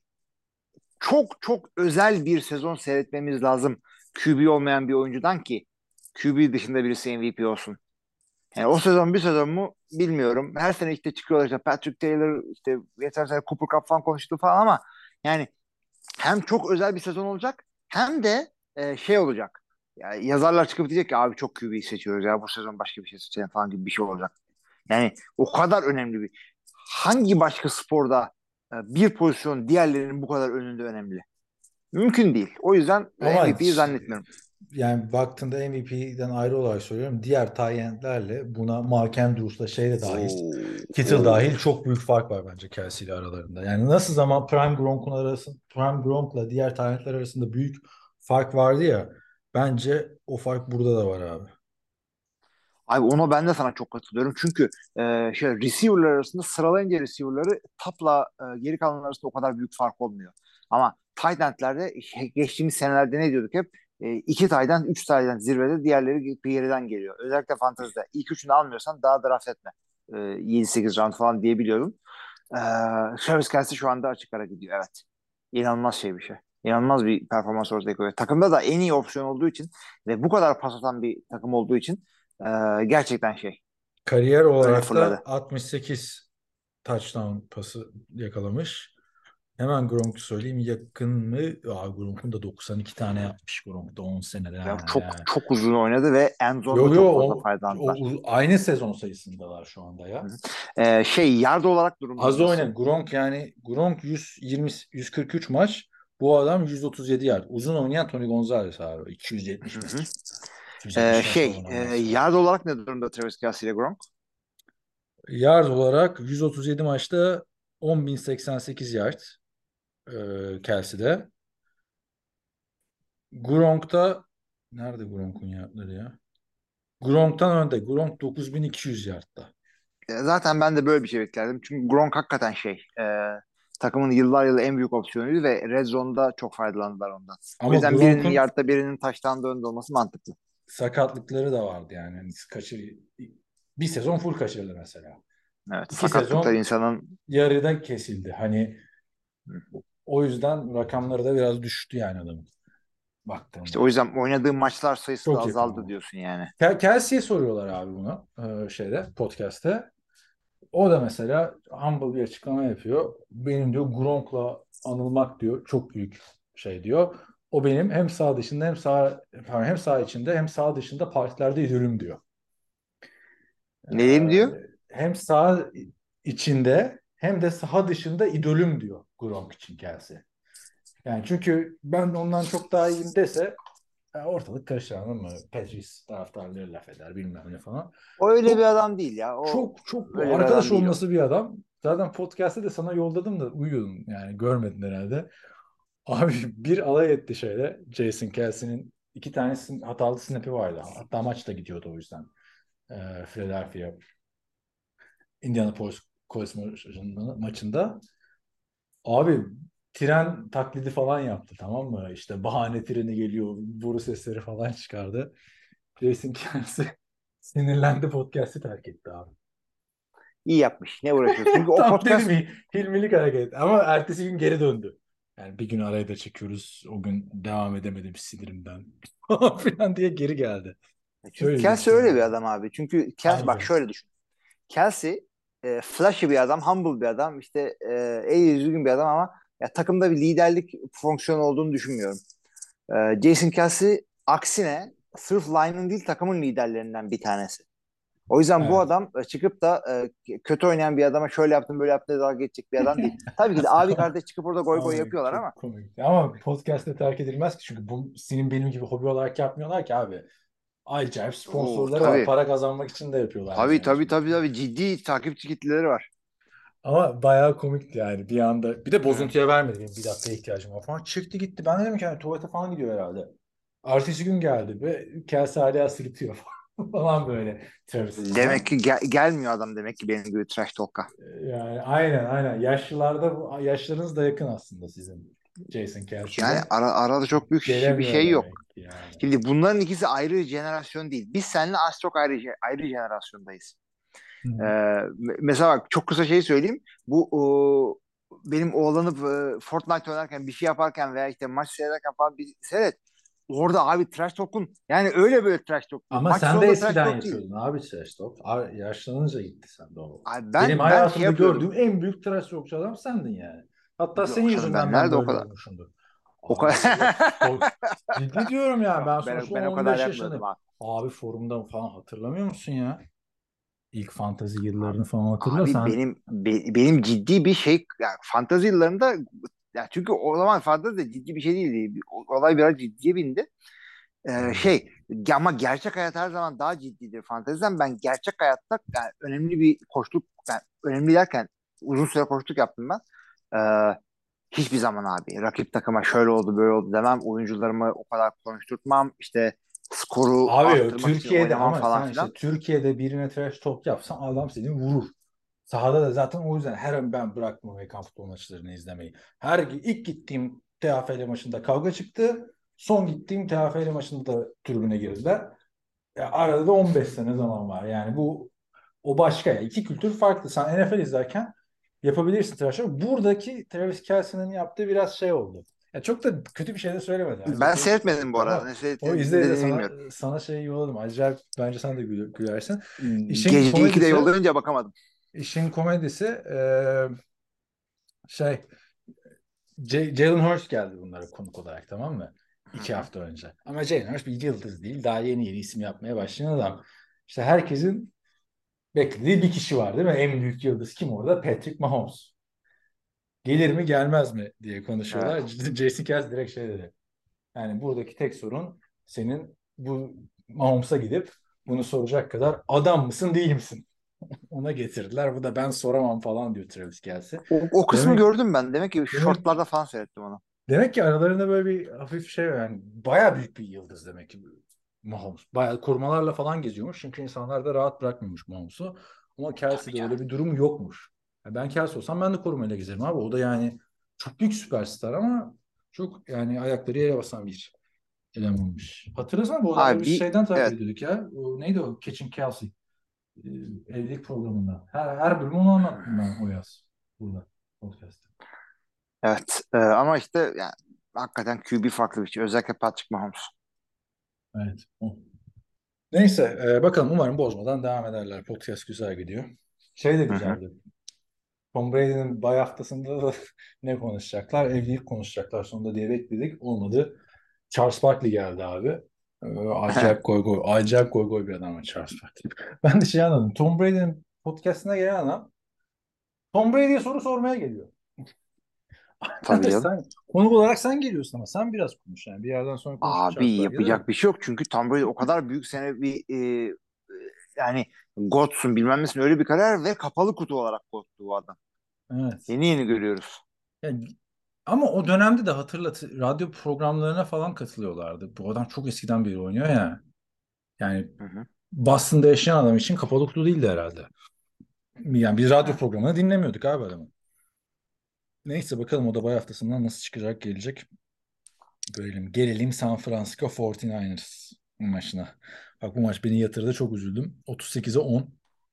çok çok özel bir sezon seyretmemiz lazım. Q B olmayan bir oyuncudan ki Q B dışında birisi M V P olsun. Yani o sezon bir sezon mu bilmiyorum. Her sene işte çıkıyorlar işte Patrick Taylor işte geçen sene Cooper Kupp falan konuştu falan ama yani hem çok özel bir sezon olacak hem de e, şey olacak. Yani yazarlar çıkıp diyecek ki abi çok Q B seçiyoruz ya bu sezon başka bir şey seçelim falan gibi bir şey olacak. Yani o kadar önemli bir. Hangi başka sporda e, bir pozisyon diğerlerinin bu kadar önünde önemli? Mümkün değil. O yüzden Ama M V P'yi zannetmiyorum. yani baktığında M V P'den ayrı olarak söylüyorum. Diğer tayyentlerle buna Mark Andrews'la şey de dahil. Oo, Kittle oo. dahil çok büyük fark var bence Kelsey ile aralarında. Yani nasıl zaman Prime Gronk'un arasında Prime Gronk'la diğer tayyentler arasında büyük fark vardı ya. Bence o fark burada da var abi. Abi ona ben de sana çok katılıyorum. Çünkü e, şey receiver'lar arasında sıralayınca receiver'ları topla e, geri kalanlar arasında o kadar büyük fark olmuyor. Ama tight end'lerde şey, geçtiğimiz senelerde ne diyorduk hep? E, iki tight end, üç tight end zirvede diğerleri bir geriden geliyor. Özellikle fantezide. İlk üçünü almıyorsan daha draft etme. E, yedi sekiz round falan diyebiliyordum. E, Travis Kelce şu anda açık ara gidiyor. Evet. İnanılmaz şey bir şey. İnanılmaz bir performans ortaya koyuyor. Takımda da en iyi opsiyon olduğu için ve bu kadar pas atan bir takım olduğu için ee, gerçekten şey. Kariyer Öne olarak da fırladı. altmış sekiz touchdown pası yakalamış. Hemen Gronk'u söyleyeyim. Yakın mı? Aa, Gronk'un da doksan iki tane yapmış Gronk'ta on senede. Yani Ha, çok ya. çok uzun oynadı ve end zone'da Yo yo çok fazla o, faydalandılar. o, aynı sezon sayısındalar şu anda Hı ya. hı. Ee, şey yard olarak durumları Az nasıl? oynadı. Gronk yani Gronk yüz yirmi yüz kırk üç maç. Bu adam yüz otuz yedi yard. Uzun oynayan Tony Gonzalez abi. Hı iki yüz yetmiş hı. metre. Ee, iki yüz yetmişten şey sonra e, olmaz. yard olarak ne durumda Travis Kelce ile Gronk? Yard olarak yüz otuz yedi maçta on bin seksen sekiz yard e, Kelsey'de. Gronk'ta nerede Gronk'un yardları ya? Gronk'tan önde. Gronk dokuz bin iki yüz yardta. E, Zaten ben de böyle bir şey beklerdim. Çünkü Gronk hakikaten şey e, takımın yıllar yılı en büyük opsiyonuydu ve Red Zone'da çok faydalandılar ondan. O Ama yüzden birinin Gronk'un yardta birinin taştan da önde olması mantıklı. sakatlıkları da vardı yani. Hani kaçır, bir sezon full kaçırdı mesela. Evet, İki sakatlıklar sezon insanın yarıda kesildi. Hani o yüzden rakamları da biraz düştü yani adamın işte baktığında. o yüzden oynadığı maçlar sayısı da Çok yakın azaldı ama. diyorsun yani. Kel- Kelsey'e soruyorlar abi bunu e, şeyde podcast'te. O da mesela humble bir açıklama yapıyor. Benim diyor Gronk'la anılmak diyor çok büyük şey diyor. O benim hem sağ dışında hem sağ pardon, hem sağ içinde hem sağ dışında partilerde idolüm diyor. Ne diyeyim diyor? Ee, hem sağ içinde hem de saha dışında idolüm diyor Gronk için Kelsey. Yani çünkü ben ondan çok daha iyiyim dese ya ortalık karışır anladın mı? Patriots taraftarları laf eder bilmem ne falan. O öyle bir Çok adam değil ya. O çok çok öyle bir arkadaş adam değil o. olması bir adam. Zaten podcast'te de sana yolladım da uyuyordun yani görmedin herhalde. Abi bir alay etti şöyle. Jason Kelsey'nin iki tane sin- hatalı snap'i vardı. Hatta maç da gidiyordu o yüzden. Ee, Philadelphia Indianapolis Colts maçında, maçında. Abi tren taklidi falan yaptı tamam mı? İşte bahane treni geliyor, boru sesleri falan çıkardı. Jason Kelsey sinirlendi podcast'i terk etti abi. İyi yapmış. Ne uğraşıyorsun? Çünkü o Tam dedim podcast mi? Hilmilik hareket. Ama ertesi gün geri döndü. Yani bir gün araya da çekiyoruz. O gün devam edemedim sinirimden. Falan filan diye geri geldi. çünkü Öyle Kelsey ilişkiler öyle bir var. adam abi. Çünkü Kelsey bak Aynen. şöyle düşün. Kelsey e, flashy bir adam, humble bir adam, işte e, iyi düzgün bir adam ama ya takımda bir liderlik fonksiyonu olduğunu düşünmüyorum. E, Jason Kelsey aksine sırf line'ın değil takımın liderlerinden bir tanesi. O yüzden bu Evet. adam e, çıkıp da e, kötü oynayan bir adama şöyle yaptım böyle yaptım diye dalga geçecek bir adam değil. Tabii ki de abi Ama, kardeş çıkıp orada goy goy ama yapıyorlar ama çok komik. Ama podcast'te terk edilmez ki. Çünkü bu senin benim gibi hobi olarak yapmıyorlar ki abi. Acayip o sponsorları var. tabii Para kazanmak için de yapıyorlar tabii yani tabii şimdi. tabii tabii ciddi takipçi kitleleri var. Ama bayağı komikti yani bir anda. Bir de Hı. bozuntuya vermedi benim bir dakika ihtiyacım var falan. Çıktı gitti. Ben de dedim ki yani tuvalete falan gidiyor herhalde. Ertesi gün geldi ve Kelse hala sırıtıyor falan böyle Travis Demek yüzünden. ki gel- gelmiyor adam demek ki benim gibi trash talk'a. Yani aynen aynen. Yaşlılarda bu yaşlarınız da yakın aslında sizin Jason Yani Kelsey'le. ara, arada çok büyük şi- bir Gelemiyor şey yok. demek ki yani. Şimdi bunların ikisi ayrı jenerasyon değil. Biz seninle az çok ayrı, je- ayrı jenerasyondayız. Hı. Ee, me- mesela bak çok kısa şey söyleyeyim. Bu o, benim oğlanı e, Fortnite oynarken bir şey yaparken veya işte maç seyrederken falan bir seyret. Orada abi trash talk'un yani öyle böyle trash talk değil. Ama Maç sen de sonunda trash eskiden talk değil. yapıyordun abi trash talk. Ar- Yaşlanınca gitti sende o. Abi Benim ben ben şey hayatımda yapıyordum. gördüğüm en büyük trash talkçu adam sendin yani. Hatta senin Yok canım ben yüzünden ben nerede o böyle kadar. olmuşumdur. O Abi kadar. vallahi çok ciddi diyorum ya Yok ben ben, sonuçta ben o kadar on beş yapmıyordum yaşındayım. abi. Abi forumda falan hatırlamıyor musun ya? İlk fantezi yıllarını Abi, falan hatırla abi sen. benim be- benim ciddi bir şey yani fantezi yıllarında ya çünkü o zaman fantezi de ciddi bir şey değildi. O- Olay biraz ciddiye bindi. Ee, Tabii. şey ama gerçek hayat her zaman daha ciddidir fanteziden. Ben gerçek hayatta yani önemli bir koçluk yani önemli derken uzun süre koçluk yaptım ben. Ee, hiçbir zaman abi rakip takıma şöyle oldu böyle oldu demem. Oyuncularımı o kadar konuşturtmam. İşte skoru Abi arttırmak için Türkiye'de oynamam ama falan sen işte filan. Türkiye'de birine trash talk yapsan adam seni vurur. Sahada da zaten o yüzden her an ben bıraktım Amerikan futbol maçlarını izlemeyi. Her ilk gittiğim T A F L maçında kavga çıktı. Son gittiğim T A F L maçında da tribüne girdiler. Ya arada da on beş sene zaman var. Yani bu o başka ya. İki kültür farklı. Sen N F L izlerken yapabilirsin trash talk. Buradaki Travis Kelce'nin yaptığı biraz şey oldu. Ya çok da kötü bir şey de söylemedi. Yani Ben izleseydim seyretmedim bu komikti arada. ama Ne o seyrettiğini izle ne izle dediğini sana bilmiyorum. sana şey yolladım. Acayip bence sen de gül- gülersin. İşin Gece ikide komedisi yollayınca bakamadım. işin komedisi eee, şey J- Jalen Hurts geldi bunlara konuk olarak tamam mı? Hı İki hı. hafta önce. Ama Jalen Hurts bir yıldız değil. Daha yeni yeni isim yapmaya başlayan adam. İşte herkesin beklediği bir kişi var değil mi? En büyük yıldız kim orada? Patrick Mahomes. Gelir mi gelmez mi diye konuşuyorlar. Evet. Jason Kelce direkt şey dedi. Yani buradaki tek sorun senin bu Mahomes'a gidip bunu soracak kadar adam mısın değil misin? Ona getirdiler. Bu da ben soramam falan diyor Travis Kelce. O, o kısmı Demek gördüm ben. Demek ki demek shortlarda falan seyrettim onu. demek ki aralarında böyle bir hafif şey var. Yani bayağı büyük bir yıldız demek ki. Mahomes. Bayağı korumalarla falan geziyormuş. Çünkü insanlar da rahat bırakmıyormuş Mahomes'u. Ama Kelsey'de öyle bir durum yokmuş. Ya ben Kelsey olsam ben de korumayla gezerim abi. O da yani çok büyük süperstar ama çok yani ayakları yere basan bir elemanmış. Hatırlasana bu adamları biz Abi şeyden takip evet, ediyorduk ya. O, neydi o? Catching Kelsey. Ee, evlilik programında. Her, her bölüm onu anlattım ben o yaz. Burada. Podcast'ta. evet. Ee, ama işte yani, hakikaten Q B farklı bir şey. Özellikle Patrick Mahomes. Evet. O. Neyse e, bakalım umarım bozmadan devam ederler. Podcast güzel gidiyor. Şey de Hı hı. güzeldi. Tom Brady'nin bay haftasında da ne konuşacaklar? Evlilik konuşacaklar sonunda diye bekledik. Olmadı. Charles Barkley geldi abi. Ee, acayip goy goy. Acayip goy goy bir adam var Charles Barkley. Ben de şey anladım. Tom Brady'nin podcastine gelen adam Tom Brady'ye soru sormaya geliyor. Tabii Arkadaş canım. sen konuk olarak sen geliyorsun ama sen biraz konuş yani. Bir yerden sonra konuşup Abi Charles Barkley değil mi? yapacak bir şey yok. Çünkü Tom Brady o kadar büyük sene bir e, e, yani Gott'sun bilmem nesin öyle bir karar ve kapalı kutu olarak Gott'tu bu adam. Evet. Yeni yeni görüyoruz. Yani, ama o dönemde de hatırlat radyo programlarına falan katılıyorlardı. Bu adam çok eskiden beri oynuyor ya. Yani Hı hı. Boston'da yaşayan adam için kapalı kutu değildi herhalde. Yani biz radyo Evet. programını dinlemiyorduk abi adamı. Neyse bakalım o da bay haftasından nasıl çıkacak gelecek. Görelim. Gelelim San Francisco kırk dokuz ers maçına. Bak bu maç beni yatırdı çok üzüldüm. otuz sekize on.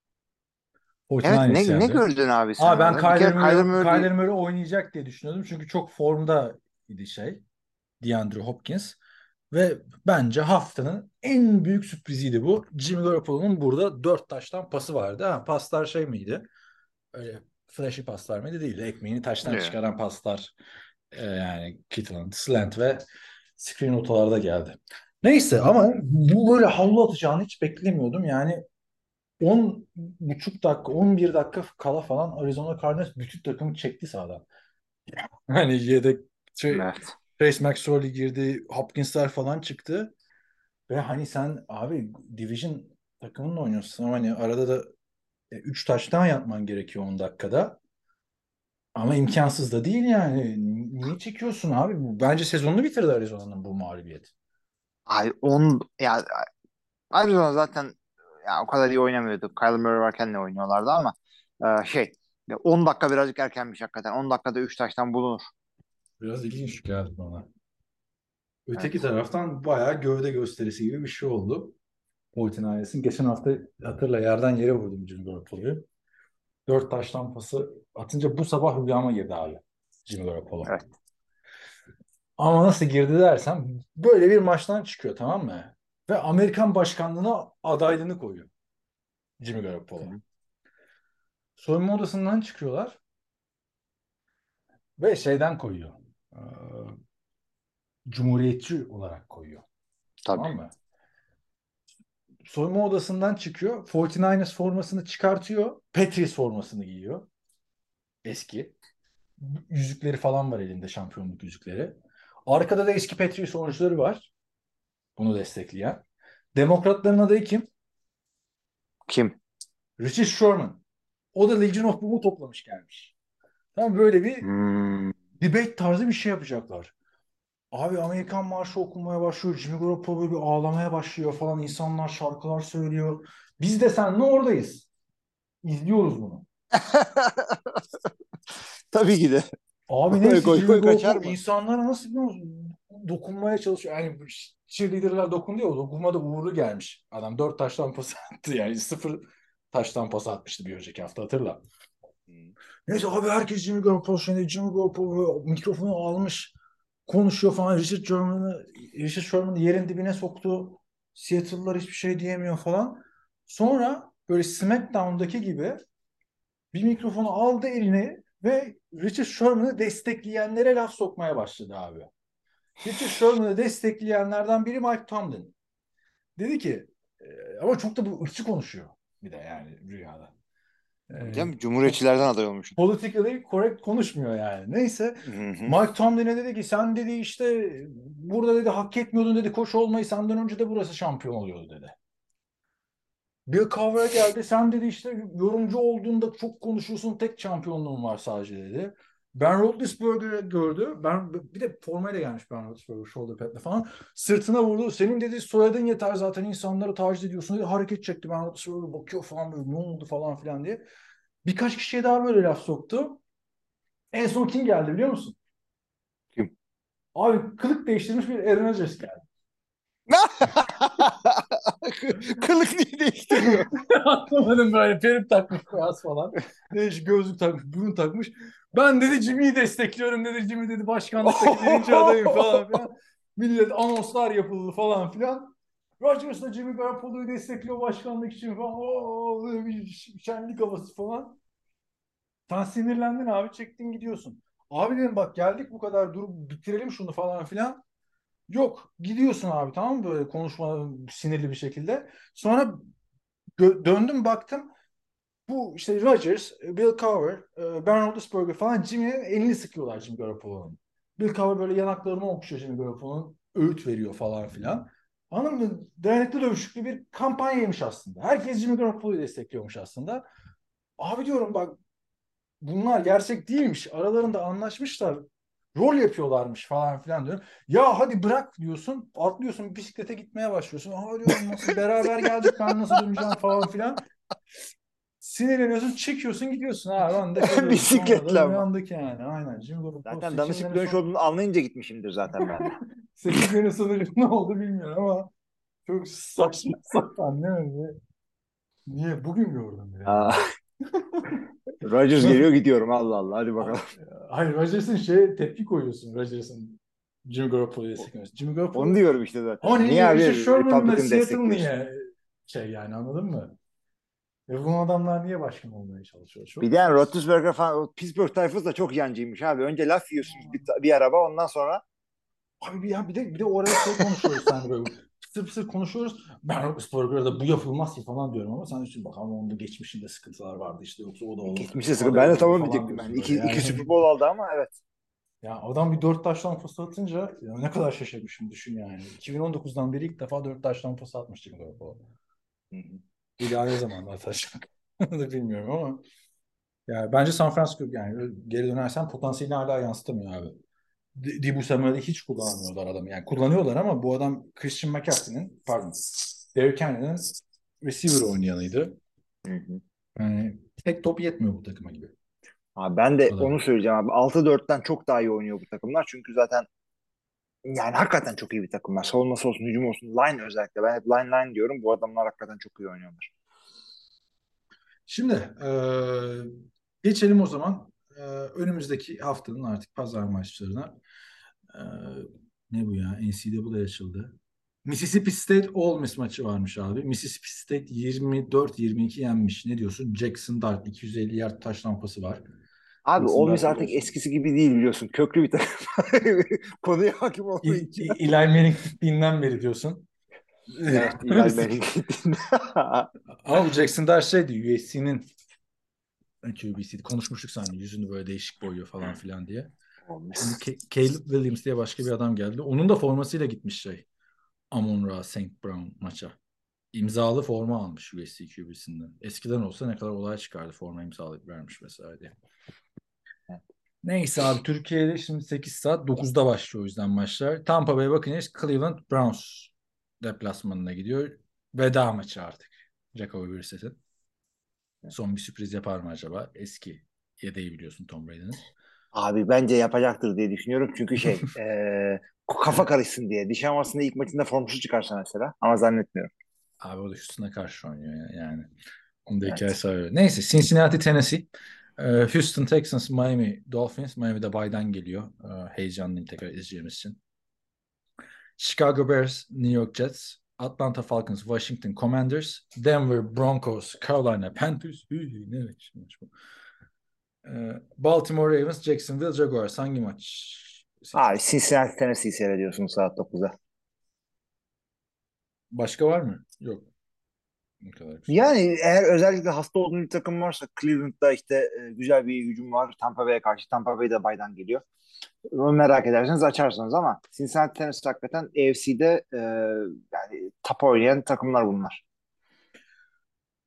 Evet, kırk dokuz ne ne yendi. gördün abi sen Aa ben orada? Bir Kyler kere Kyler Murray, Murray Kyler Murray oynayacak diye düşünüyordum. Çünkü çok formda idi şey. DeAndre Hopkins. Ve bence haftanın en büyük sürpriziydi bu. Jimmy Garoppolo'nun burada dört taştan pası vardı. Ha, paslar şey miydi? Öyle flashy paslar mıydı? Değil. Ekmeğini taştan Evet. çıkaran paslar. Ee, yani Kittle, slant ve screen rotalarda geldi. Neyse ama bu böyle havlu atacağını hiç beklemiyordum. Yani on buçuk dakika, on bir dakika kala falan Arizona Cardinals bütün takımı çekti sahadan. Hani yedek şey, Evet. Trace McSorley girdi, Hopkins'ler falan çıktı. Ve hani sen abi Division takımınla oynuyorsun. Ama hani arada da üç taştan yapman gerekiyor on dakikada. Ama imkansız da değil yani. Niye çekiyorsun abi? Bu- Bence sezonunu bitirdi Arizona'nın bu mağlubiyet. Ay on ya Arizona zaten ya o kadar iyi oynamıyordu. Kyler Murray varken de oynuyorlardı ama e, şey ya on dakika birazcık erkenmiş hakikaten. on dakikada üç taştan bulunur. Biraz ilginç geldi bana. Öteki Evet. taraftan bayağı gövde gösterisi gibi bir şey oldu. Oytun ailesinin. Geçen hafta hatırla yerden yere vurdum Jimmy Garoppolo'yu. Dört taştan pası atınca bu sabah rüyama girdi abi. Jimmy Garoppolo. Evet. Ama nasıl girdi dersem böyle bir maçtan çıkıyor tamam mı? Ve Amerikan başkanlığına adaylığını koyuyor Jimmy Hı Garoppolo. hı. Soyunma odasından çıkıyorlar ve şeyden koyuyor. Ee, Cumhuriyetçi olarak koyuyor. Tabii. Tamam mı? Soyunma odasından çıkıyor. kırk dokuz formasını çıkartıyor. Patriots formasını giyiyor. Eski. Yüzükleri falan var elinde şampiyonluk yüzükleri. Arkada da eski Patriots oyuncuları var. Bunu destekleyen. Demokratların adayı kim? Kim? Richard Sherman. O da Legion of Boom'u toplamış gelmiş. Tam böyle bir Hmm. debate tarzı bir şey yapacaklar. Abi Amerikan marşı okunmaya başlıyor. Jimmy Garoppolo böyle bir ağlamaya başlıyor falan. İnsanlar şarkılar söylüyor. Biz de seninle oradayız. İzliyoruz bunu. Tabii ki de. Abi Öyle neyse koy Jimmy koy kaçar Garoppolo mı? insanlara nasıl biliyor musun? Dokunmaya çalışıyor. Yani bu cheerleader'lar dokundu ya o dokunmada uğurlu gelmiş. Adam dört taştan pas attı yani sıfır taştan pas atmıştı bir önceki hafta hatırla. Hmm. Neyse abi herkes Jimmy Garoppolo şimdi Jimmy Garoppolo mikrofonu almış konuşuyor falan. Richard Sherman'ı Richard Sherman'ı yerin dibine soktu. Seattle'lar hiçbir şey diyemiyor falan. Sonra böyle SmackDown'daki gibi bir mikrofonu aldı eline ve Richard Sherman'ı destekleyenlere laf sokmaya başladı abi. Richard Sherman'ı destekleyenlerden biri Mike Tomlin. Dedi ki e, ama çok da bu ırkçı konuşuyor bir de yani rüyada. E, Değil mi? Cumhuriyetçilerden aday olmuşsun. politically correct konuşmuyor yani. Neyse Hı hı. Mike Tomlin'e dedi ki sen dedi işte burada dedi hak etmiyordun dedi koç olmayı senden önce de burası şampiyon oluyordu dedi. Bill Cowher'a geldi sen dedi işte yorumcu olduğunda çok konuşuyorsun tek şampiyonluğun var sadece dedi. Ben Roethlisberger'ı gördü. Ben bir de formayla gelmiş Ben Roethlisberger shoulder pad'le falan. Sırtına vurdu. Senin dedi soyadın yeter zaten insanları taciz ediyorsun dedi. Hareket çekti. Ben Roethlisberger bakıyor falan böyle ne oldu falan filan diye. Birkaç kişiye daha böyle laf soktu. En son kim geldi biliyor musun? Kim? Abi kılık değiştirmiş bir Aaron Rodgers geldi. Kılık niye değiştiriyor? Anlamadım böyle perim takmış beyaz falan. Değişik gözlük takmış, burun takmış. Ben dedi Jimmy'yi destekliyorum dedi. Jimmy dedi başkanlıktaki birinci adayım falan filan. Millet anonslar yapıldı falan filan. Rodgers da Jimmy Garoppolo'yu destekliyor başkanlık için falan. Oo, böyle bir şenlik havası falan. Sen sinirlendin abi çektin gidiyorsun. Abi dedim bak geldik bu kadar durup bitirelim şunu falan filan. Yok gidiyorsun abi tamam mı böyle konuşma sinirli bir şekilde. Sonra gö- döndüm baktım bu işte Rodgers, Bill Cowher, e, Ben Roethlisberger falan Jimmy'nin elini sıkıyorlar Jimmy Garoppolo'nun. Bill Cowher böyle yanaklarını okşuyor Jimmy Garoppolo'nun. Öğüt veriyor falan filan. Anladın mı? Dayanıklı dövüşüklü bir kampanyaymış aslında. Herkes Jimmy Garoppolo'yu destekliyormuş aslında. Abi diyorum bak bunlar gerçek değilmiş. Aralarında anlaşmışlar. Rol yapıyorlarmış falan filan diyorum. Ya hadi bırak diyorsun. Atlıyorsun bisiklete gitmeye başlıyorsun. Aa diyorum nasıl beraber geldik ben nasıl döneceğim falan filan. Sinirleniyorsun, çekiyorsun, gidiyorsun. Ha, ben de kalıyoruz. Sonra da Bisikletle ama. uyandık yani. Aynen. Jimmy Garoppolo Zaten danışık seçimlerin dönüş son olduğunu anlayınca gitmişimdir zaten ben de. seçimlerin sonucu ne oldu bilmiyorum ama çok saçma sapan değil mi? Niye? Bugün gördüm yani. Aa, Rodgers geliyor gidiyorum Allah Allah hadi bakalım. Hayır, Rodgers'ın şey tepki koyuyorsun. Rodgers'ın Jimmy Garoppolo'yu desteklemesi. Jimmy Onu Garoppolo diyorum işte ama zaten. niye, Niye niye işte abi Sherman ve Republican Seattle destekliyorsun? niye şey yani anladın mı? Ve bu adamlar niye başkan olmaya çalışıyor? Bir Çok de yani saçma. Roethlisberger falan o Pittsburgh tayfası da çok yancıymış abi. Önce laf yiyorsunuz bir, bir araba ondan sonra Abi bir, ya bir de bir de orada şey konuşuyoruz sen böyle pısır pısır konuşuyoruz. Ben Roethlisberger'da bu yapılmaz ki falan diyorum ama sen düşün bak ama onun da geçmişinde sıkıntılar vardı işte yoksa o da o geçmişe sıkı. aday Ben de olurdu tamam falan diyecektim. Yani diyorsun böyle iki, iki yani. Super Bowl aldı ama evet. Ya adam bir dört taştan pas atınca ya ne kadar şaşırmışım düşün yani. iki bin on dokuzdan beri ilk defa dört taştan pas atmıştı Garoppolo. Hı hı. Bir daha ne zaman atacak? Onu bilmiyorum ama. Yani bence San Francisco yani geri dönersen potansiyelini hala yansıtamıyor abi. D- Dibu Samuel'i hiç kullanmıyorlar adamı. Yani kullanıyorlar ama bu adam Christian McCaffrey'nin pardon Derrick Henry'nin receiver oynayanıydı. Hı hı. Yani tek top yetmiyor bu takıma gibi. Abi ben de Adam. onu söyleyeceğim abi. altı dörtten çok daha iyi oynuyor bu takımlar. Çünkü zaten yani hakikaten çok iyi bir takımlar. Savunması olsun, hücum olsun. Line özellikle. Ben hep line line diyorum. Bu adamlar hakikaten çok iyi oynuyorlar. Şimdi eee, geçelim o zaman eee, önümüzdeki haftanın artık pazar maçlarına. Eee, ne bu ya? N C A A açıldı. Mississippi State Ole Miss maçı varmış abi. Mississippi State yirmi dört yirmi iki yenmiş. Ne diyorsun? Jackson Dart iki yüz elli yard taş lampası var. Abi Jackson Ole Miss Dart artık biliyorsun. eskisi gibi değil biliyorsun. Köklü bir takım. Konuya hakim İ- olmayınca. İ- Eli Manning gittiğinden beri diyorsun. Evet, Eli Manning gittiğinde. Ama bu Jackson Dart şeydi U S C'nin Q B'siydi. Konuşmuştuk seninle yüzünü böyle değişik boyuyor falan filan diye. Ole Şimdi Miss. Ca- Caleb Williams diye başka bir adam geldi. Onun da formasıyla gitmiş şey. Amon-Ra Saint Brown maça. İmzalı forma almış U S C Q B'sinden. Eskiden olsa ne kadar olay çıkardı forma imzalayıp vermiş vesaire diye. Neyse abi Türkiye'de şimdi sekiz saat dokuzda başlıyor o yüzden maçlar. Tampa Bay Buccaneers Cleveland Browns deplasmanına gidiyor. Veda maçı artık. Jacoby Brissett'in. Son bir sürpriz yapar mı acaba? Eski yedeği biliyorsun Tom Brady'nin. Abi bence yapacaktır diye düşünüyorum. Çünkü şey e, kafa karışsın diye. Diş aslında ilk maçında formsuz çıkarsa mesela. Ama zannetmiyorum. Abi o da Houston'a karşı oynuyor ya- yani. Onun da Evet. hikayesi var öyle. Neyse Cincinnati Tennessee. Ee, Houston Texans Miami Dolphins. Miami'de baydan geliyor. Ee, heyecanlıyım tekrar izleyeceğimiz için. Chicago Bears New York Jets. Atlanta Falcons Washington Commanders. Denver Broncos Carolina Panthers. Üy, ne demek şimdi bu? Ee, Baltimore Ravens Jacksonville Jaguars. Hangi maç? Abi Seçiyorsun? Cincinnati Tennessee'yi seyrediyorsun saat dokuzda. Başka var mı? Yok. Ne kadar güzel. Yani eğer özellikle hasta olduğun bir takım varsa Cleveland'da işte e, güzel bir hücum var. Tampa Bay'e karşı. Tampa Bay de baydan geliyor. Onu merak ederseniz açarsınız ama Cincinnati Tennessee hakikaten A F C'de e, yani top oynayan takımlar bunlar.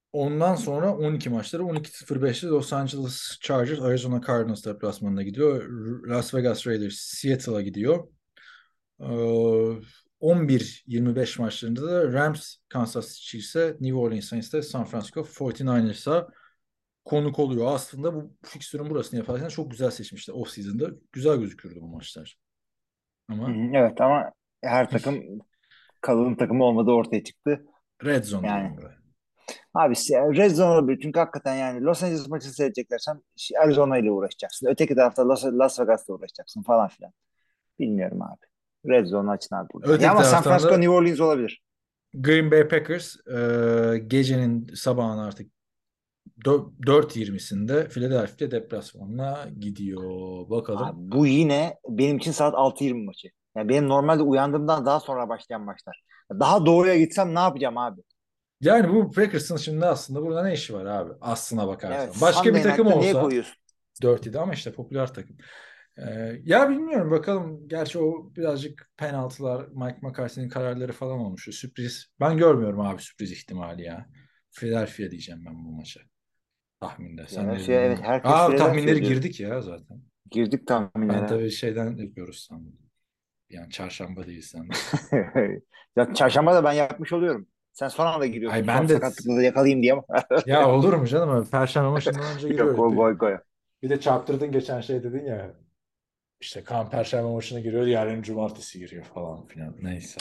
Ondan sonra on iki maçları on iki sıfır beşte Los Angeles Chargers Arizona Cardinals deplasmanına gidiyor. Las Vegas Raiders Seattle'a gidiyor. Ee, on bir yirmi beş maçlarında da Rams Kansas City Chiefs'e, New Orleans Saints'te San Francisco kırk dokuzlarsa konuk oluyor. Aslında bu fikstürün burasını yaparken çok güzel seçmişler off-season'da. Güzel gözükürdü bu maçlar. Hı Ama hı, evet ama her takım kalın takımı olmadığı ortaya çıktı. Red Zone Yani diyelim böyle. abi Red Zone olabilir. Çünkü hakikaten yani Los Angeles maçını seyredeceklersen Arizona ile uğraşacaksın. Öteki tarafta Las, Las Vegas'la uğraşacaksın falan filan. Bilmiyorum abi. Red Zone açın abi burada. Ya Öteki ama San taraftan Francisco da New Orleans olabilir. Green Bay Packers e, gecenin sabahın artık dört yirmisinde Philadelphia deplasmanına gidiyor. Abi Bakalım. bu yine benim için saat altı yirmi maçı. Yani benim normalde uyandığımdan daha sonra başlayan maçlar. Daha doğuya gitsem ne yapacağım abi? Yani bu Packers'ın şimdi aslında burada ne işi var abi? Aslına Evet, bakarsan. Başka bir Sunday takım Night'ta niye olsa koyuyorsun? dört yedi ama işte popüler takım. Ee, ya bilmiyorum bakalım. Gerçi o birazcık penaltılar, Mike McCarthy'nin kararları falan olmuş. Sürpriz. Ben görmüyorum abi sürpriz ihtimali ya. Philadelphia diyeceğim ben bu maça. Tahminde. Sen ne Philadelphia, evet dedin? herkes Aa Philadelphia tahminleri diyor. girdik ya zaten. Girdik Ben tahminlere. tabii şeyden yapıyoruz sandım. Yani çarşamba değil sandım. Ya çarşamba da ben yapmış oluyorum. Sen son anda giriyorsun. Ay Son ben de sakatlıkla da yakalayayım diye ama. ya olur mu canım? Perşembe maçından önce Yok giriyoruz. o Bir, goy goy. bir de çarptırdın geçen şey dedin ya. İşte Kaan Perşembe maçına giriyor, diğerinin cumartesi giriyor falan filan. Neyse.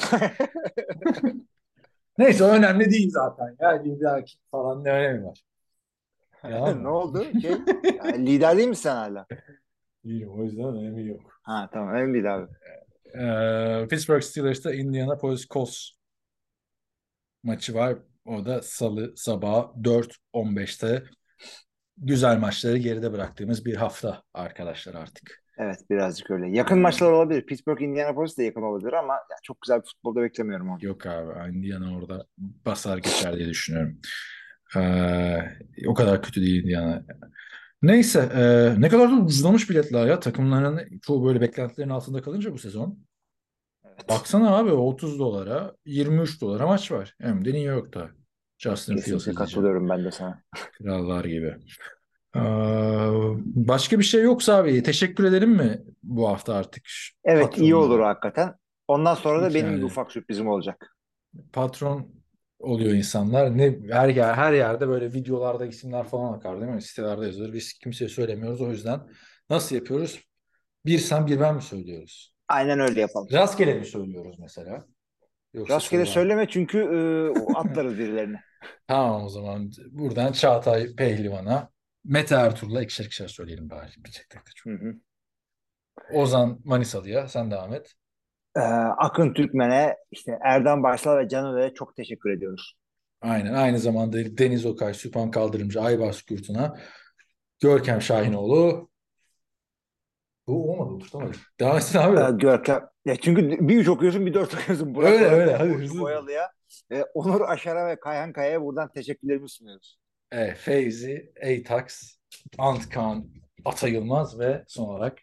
Neyse o önemli değil zaten. Ya lider falan ne önemi var? Yalan Ne mı? oldu? Şey, ya, lider değil misin sen hala? Değilim o yüzden önemi yok. Ha tamam önemli değil abi. Ee, Pittsburgh Steelers'ta Indianapolis Colts maçı var. O da Salı sabahı dört on beşte. Güzel maçları geride bıraktığımız bir hafta arkadaşlar artık. Evet birazcık öyle. Yakın Ee, maçlar olabilir. Pittsburgh Indianapolis de yakın olabilir ama ya, çok güzel bir futbolda beklemiyorum onu. Yok abi. Indiana orada basar geçer diye düşünüyorum. Ee, o kadar kötü değil Indiana. Neyse. E, ne kadar da ucuzlamış biletler ya. Takımların çoğu böyle beklentilerin altında kalınca bu sezon. Evet. Baksana abi otuz dolara yirmi üç dolara maç var. Hem de New York'ta. Justin Fields Kesinlikle izleyeceğim. katılıyorum ben de sana. Krallar gibi. Ee, başka bir şey yoksa abi teşekkür edelim mi bu hafta artık Evet iyi olur patronlara? hakikaten. Ondan sonra da benim bir Yani ufak sürprizim olacak. patron oluyor insanlar. Ne her yer her yerde böyle videolarda isimler falan akar değil mi? Sitelerde yazılır. Biz kimseye söylemiyoruz. O yüzden nasıl yapıyoruz? Bir sen bir ben mi söylüyoruz? Aynen öyle yapalım. Rastgele mi söylüyoruz mesela? Yoksa Rastgele sorular. söyleme çünkü e, o atlarız birilerine. Tamam o zaman buradan Çağatay Pehlivan'a Mete Ertuğrul'a ikişer ikişer söyleyelim bari. Bir tek tek de çok. Hı hı. Ozan Manisalı'ya sen devam et. Ee, Akın Türkmen'e, işte Erdem Başlar ve Can Öner'e çok teşekkür ediyoruz. Aynen. Aynı zamanda Deniz Okay, Süphan Kaldırımcı, Aybars Kürtün'a, Görkem Şahinoğlu. Bu olmadı, oturtamadım. Devam etsin Ee, abi. Görkem. Ya çünkü bir üç okuyorsun bir dört okuyorsun. Burak Öyle öyle. Öğretmen, Hadi Burcu hızlı. Boyalı'ya, e, Onur Aşar'a ve Kayhan Kaya'ya buradan teşekkürlerimi sunuyoruz. Evet, Feyzi, Eytax, Antkan, Ata Yılmaz ve son olarak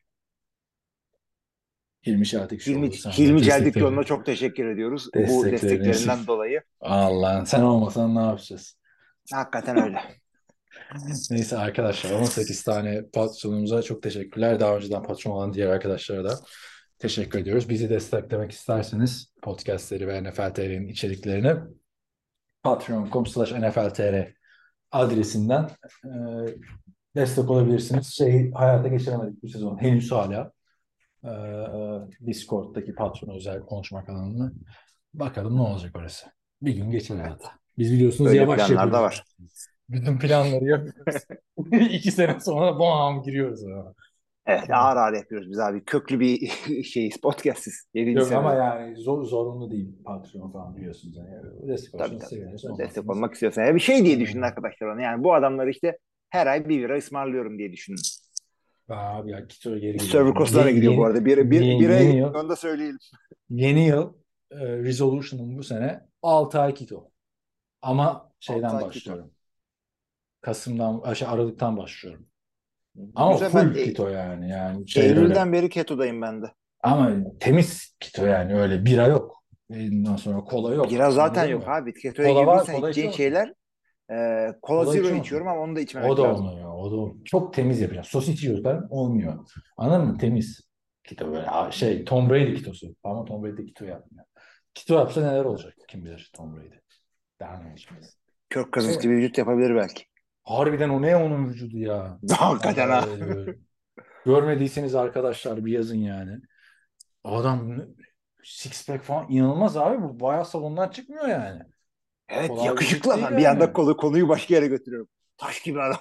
Hilmi Hilmi, Çeltikçioğlu. Sen de Hilmi Celdikçioğlu'na desteklerin. çok teşekkür ediyoruz bu Desteklerin için. desteklerinden dolayı. Allah sen olmasan ne yapacağız? Hakikaten öyle. Neyse arkadaşlar on sekiz tane patronumuza çok teşekkürler. Daha önceden patron olan diğer arkadaşlara da teşekkür ediyoruz. Bizi desteklemek isterseniz podcastleri ve N F L T R'nin içeriklerini patreon nokta com slash N F L T R adresinden e, destek olabilirsiniz. Şeyi hayata geçiremedik bu sezon henüz hala. E, e, Discord'daki patron özel konuşma kanalını. Bakalım ne olacak orası. Bir gün geçer hayata. Biz biliyorsunuz Öyle yavaş planlar da yapıyoruz. var. Bütün planları yapıyoruz. İki sene sonra bam giriyoruz. Ama. Evet ağır ağır yapıyoruz biz abi. Köklü bir şeyiz podcast'iz. Yedinci Yok ama senede. yani zor, zorunlu değil Patreon falan biliyorsunuz. Yani destek Tabii olsanız tabii. seviniriz. Destek Olmazsanız. olmak istiyorsan. Ya bir şey diye düşünün Ee, arkadaşlar ona. Yani bu adamları işte her ay bir lira ısmarlıyorum diye düşünün. abi ya Kito'ya geri geliyoruz. Server Ye- cost'larına gidiyor bu yeni, arada. Bir, bir, ye- bir ay yeni gidiyor yıl onu da söyleyelim. yeni yıl e, resolution'um bu sene altı ay Kito. Ama altı şeyden ay Kito. başlıyorum. Kasım'dan, şey, Aralık'tan başlıyorum. Ama Güzel ben full e, Kito yani. Yani şey öyle. Eylül'den beri keto'dayım ben de. Ama temiz Kito yani öyle bira yok. Ondan sonra kola yok. Bira zaten Anladın yok mı? abi. Keto'ya Kola var, girdiysen kola içeceğin içiyor musun? şeyler E, Cola Kola Zero içiyor içiyorum musun? ama onu da O içmemek da lazım. olmuyor. O da olmuyor. Çok temiz yapacağım. Sos içiyorsan olmuyor. Anladın mı? Temiz. Keto böyle a- şey Tom Brady ketosu. Ama Tom Brady keto yapmıyor. Keto yapsa neler olacak? Kim bilir Tom Brady. Daha ne içmez. Kirk Cousins Evet. gibi vücut yapabilir belki. Harbiden o ne onun vücudu ya. Hakikaten ha. Ay, görmediyseniz arkadaşlar bir yazın yani. Adam six pack falan inanılmaz abi. Bu bayağı salondan çıkmıyor yani. Evet, Kolay bir vücut yakışıklı değil adam. Bir anda yani. konu, konuyu başka yere götürüyorum. Taş gibi adam.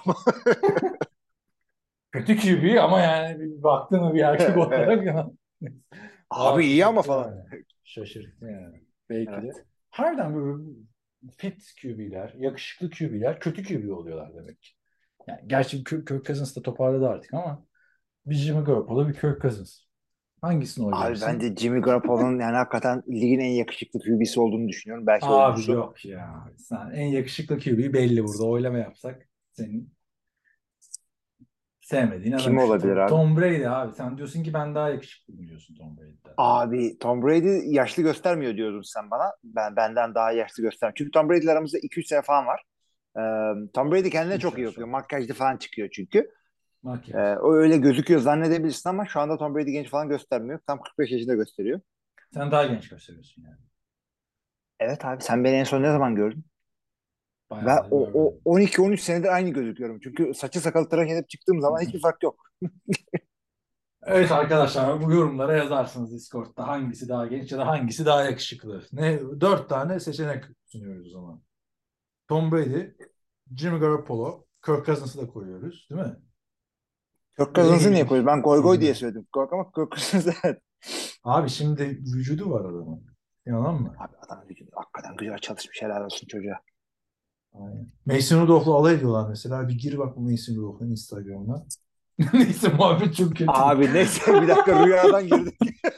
Kötü Q B ama yani bir baktın mı bir erkek olarak ya. Valla Abi iyi ama şaşırttı falan. yani. Şaşırttı yani. Belki de. Evet. Harbiden böyle fit Q B'ler, yakışıklı Q B'ler kötü Q B oluyorlar demek ki. Yani gerçi Kirk, Kirk Cousins da toparladı artık ama bir Jimmy Garoppolo bir Kirk Cousins. Hangisini oy Abi verirsin? bence Jimmy Garoppolo'nun yani hakikaten ligin en yakışıklı Q B'si olduğunu düşünüyorum. Belki Abi oyuncusu. yok ya. Sen en yakışıklı Q B belli burada. Oylama yapsak senin sevmediğin adam Kim işte. olabilir Tom, abi? Tom Brady abi. Sen diyorsun ki ben daha yakışıklıyım diyorsun Tom Brady'den. Abi Tom Brady yaşlı göstermiyor diyordun sen bana. Ben benden daha yaşlı göstermiyor. Çünkü Tom Brady ile aramızda iki üç sene falan var. Ee, Tom Brady kendine üç çok iyi yaş bakıyor. var. Makyajlı falan çıkıyor çünkü. Ee, Makyaj. o öyle gözüküyor zannedebilirsin ama şu anda Tom Brady genç falan göstermiyor. Tam kırk beş yaşında gösteriyor. Sen daha genç gösteriyorsun yani. Evet abi, sen beni en son ne zaman gördün? Ben Bayağıdır o, o görmedim. on iki on üç senedir aynı gözüküyorum. Çünkü saçı sakalı tıraş edip çıktığım zaman hiçbir fark yok. Evet arkadaşlar bu yorumlara yazarsınız Discord'da hangisi daha genç ya da hangisi daha yakışıklı. Ne dört tane seçenek sunuyoruz o zaman. Tom Brady, Jimmy Garoppolo, Kirk Cousins'ı da koyuyoruz, değil mi? Kirk Bir de en Cousins'ı niye ilginç koyuyorsun? Ben goy goy diye yirmi. söyledim. Kork ama Kirk Cousins evet. Abi şimdi vücudu var adamın. İnan mı? Abi adam gücü, hakikaten güzel çalışmış, helal olsun çocuğa. Aynen. Mason Rudolph'la alay ediyorlar mesela. Bir gir bak bu Mason Rudolph'un Instagram'ına. Neyse muhabbet çok kötü. Abi neyse, bir dakika rüyadan girdik.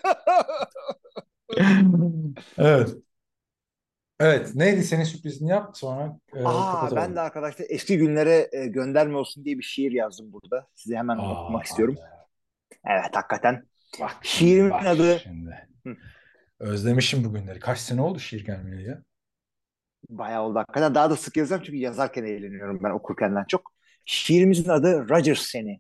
Evet. Evet. Neydi senin sürprizini yap sonra e, Aa, ben de kapatalım. arkadaşlar eski günlere e, gönderme olsun diye bir şiir yazdım burada. Size hemen Aa, okumak hadi. istiyorum. Evet, hakikaten. Bak şimdi Şiirimin bak adı şimdi. hı, Özlemişim bugünleri. Kaç sene oldu şiir gelmeyeli ya? bayağı oldu hakikaten. Daha da sık yazacağım çünkü yazarken eğleniyorum ben okurkenden çok. Şiirimizin adı Rodgers Seni.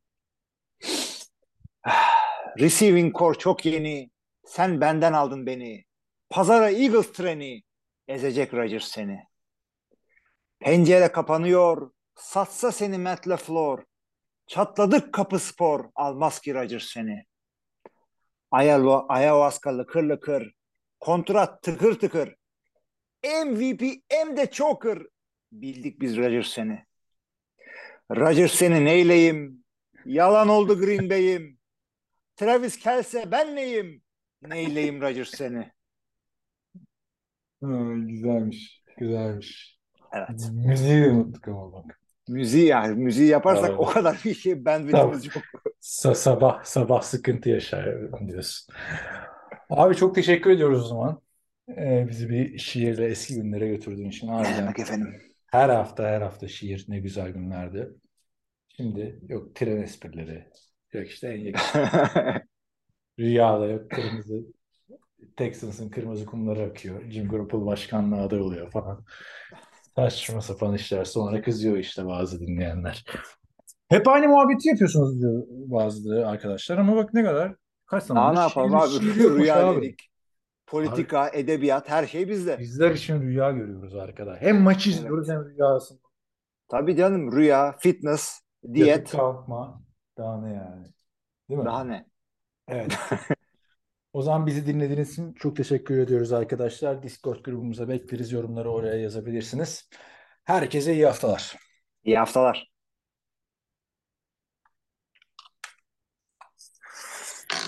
Receiving core çok yeni. Sen benden aldın beni. Pazara Eagles treni. Ezecek Rodgers seni. Pencere kapanıyor. Satsa seni Matt LaFleur. Çatladık kapı spor. Almaz ki Rodgers seni. Ayalo, ayahuasca lıkır lıkır. Kontrat tıkır tıkır. M V P hem de choker. Bildik biz Rodgers seni. Rodgers seni neyleyim? Yalan oldu Green Bay'im. Travis Kelce ben neyim? Neyleyim Rodgers seni. Ha, güzelmiş. Güzelmiş. Evet. Müziği de unuttuk ama bak. Müziği, yani müziği yaparsak o Abi. kadar bir şey Sabah, bandwidth'imiz yok. sa- sabah, sabah sıkıntı yaşar diyorsun. Abi çok teşekkür ediyoruz o zaman. Ee, bizi bir şiirle eski günlere götürdüğün için Ne harbiden demek efendim? her hafta her hafta şiir ne güzel günlerdi. Şimdi yok tren esprileri, yok işte en yakışıklı rüyada yok kırmızı Texans'ın kırmızı kumları akıyor. Jim Garoppolo başkanlığa aday oluyor falan. Saçma sapan işler. Sonra kızıyor işte bazı dinleyenler. Hep aynı muhabbeti yapıyorsunuz diyor bazı arkadaşlar ama bak ne kadar kaç Daha zamandır ne yapalım şiir, abi? şiir yokmuş Rüya abi. dedik. Abi Politika, edebiyat, her şey bizde. bizler için rüya görüyoruz arkada. Hem maç izliyoruz Evet. hem rüyasında. Tabii canım, rüya, fitness, Yatıp diyet, kalkma. Daha ne yani? Değil mi? daha ne? Evet. O zaman bizi dinlediğiniz için çok teşekkür ediyoruz arkadaşlar. Discord grubumuza bekleriz. Yorumları oraya yazabilirsiniz. Herkese iyi haftalar. İyi haftalar.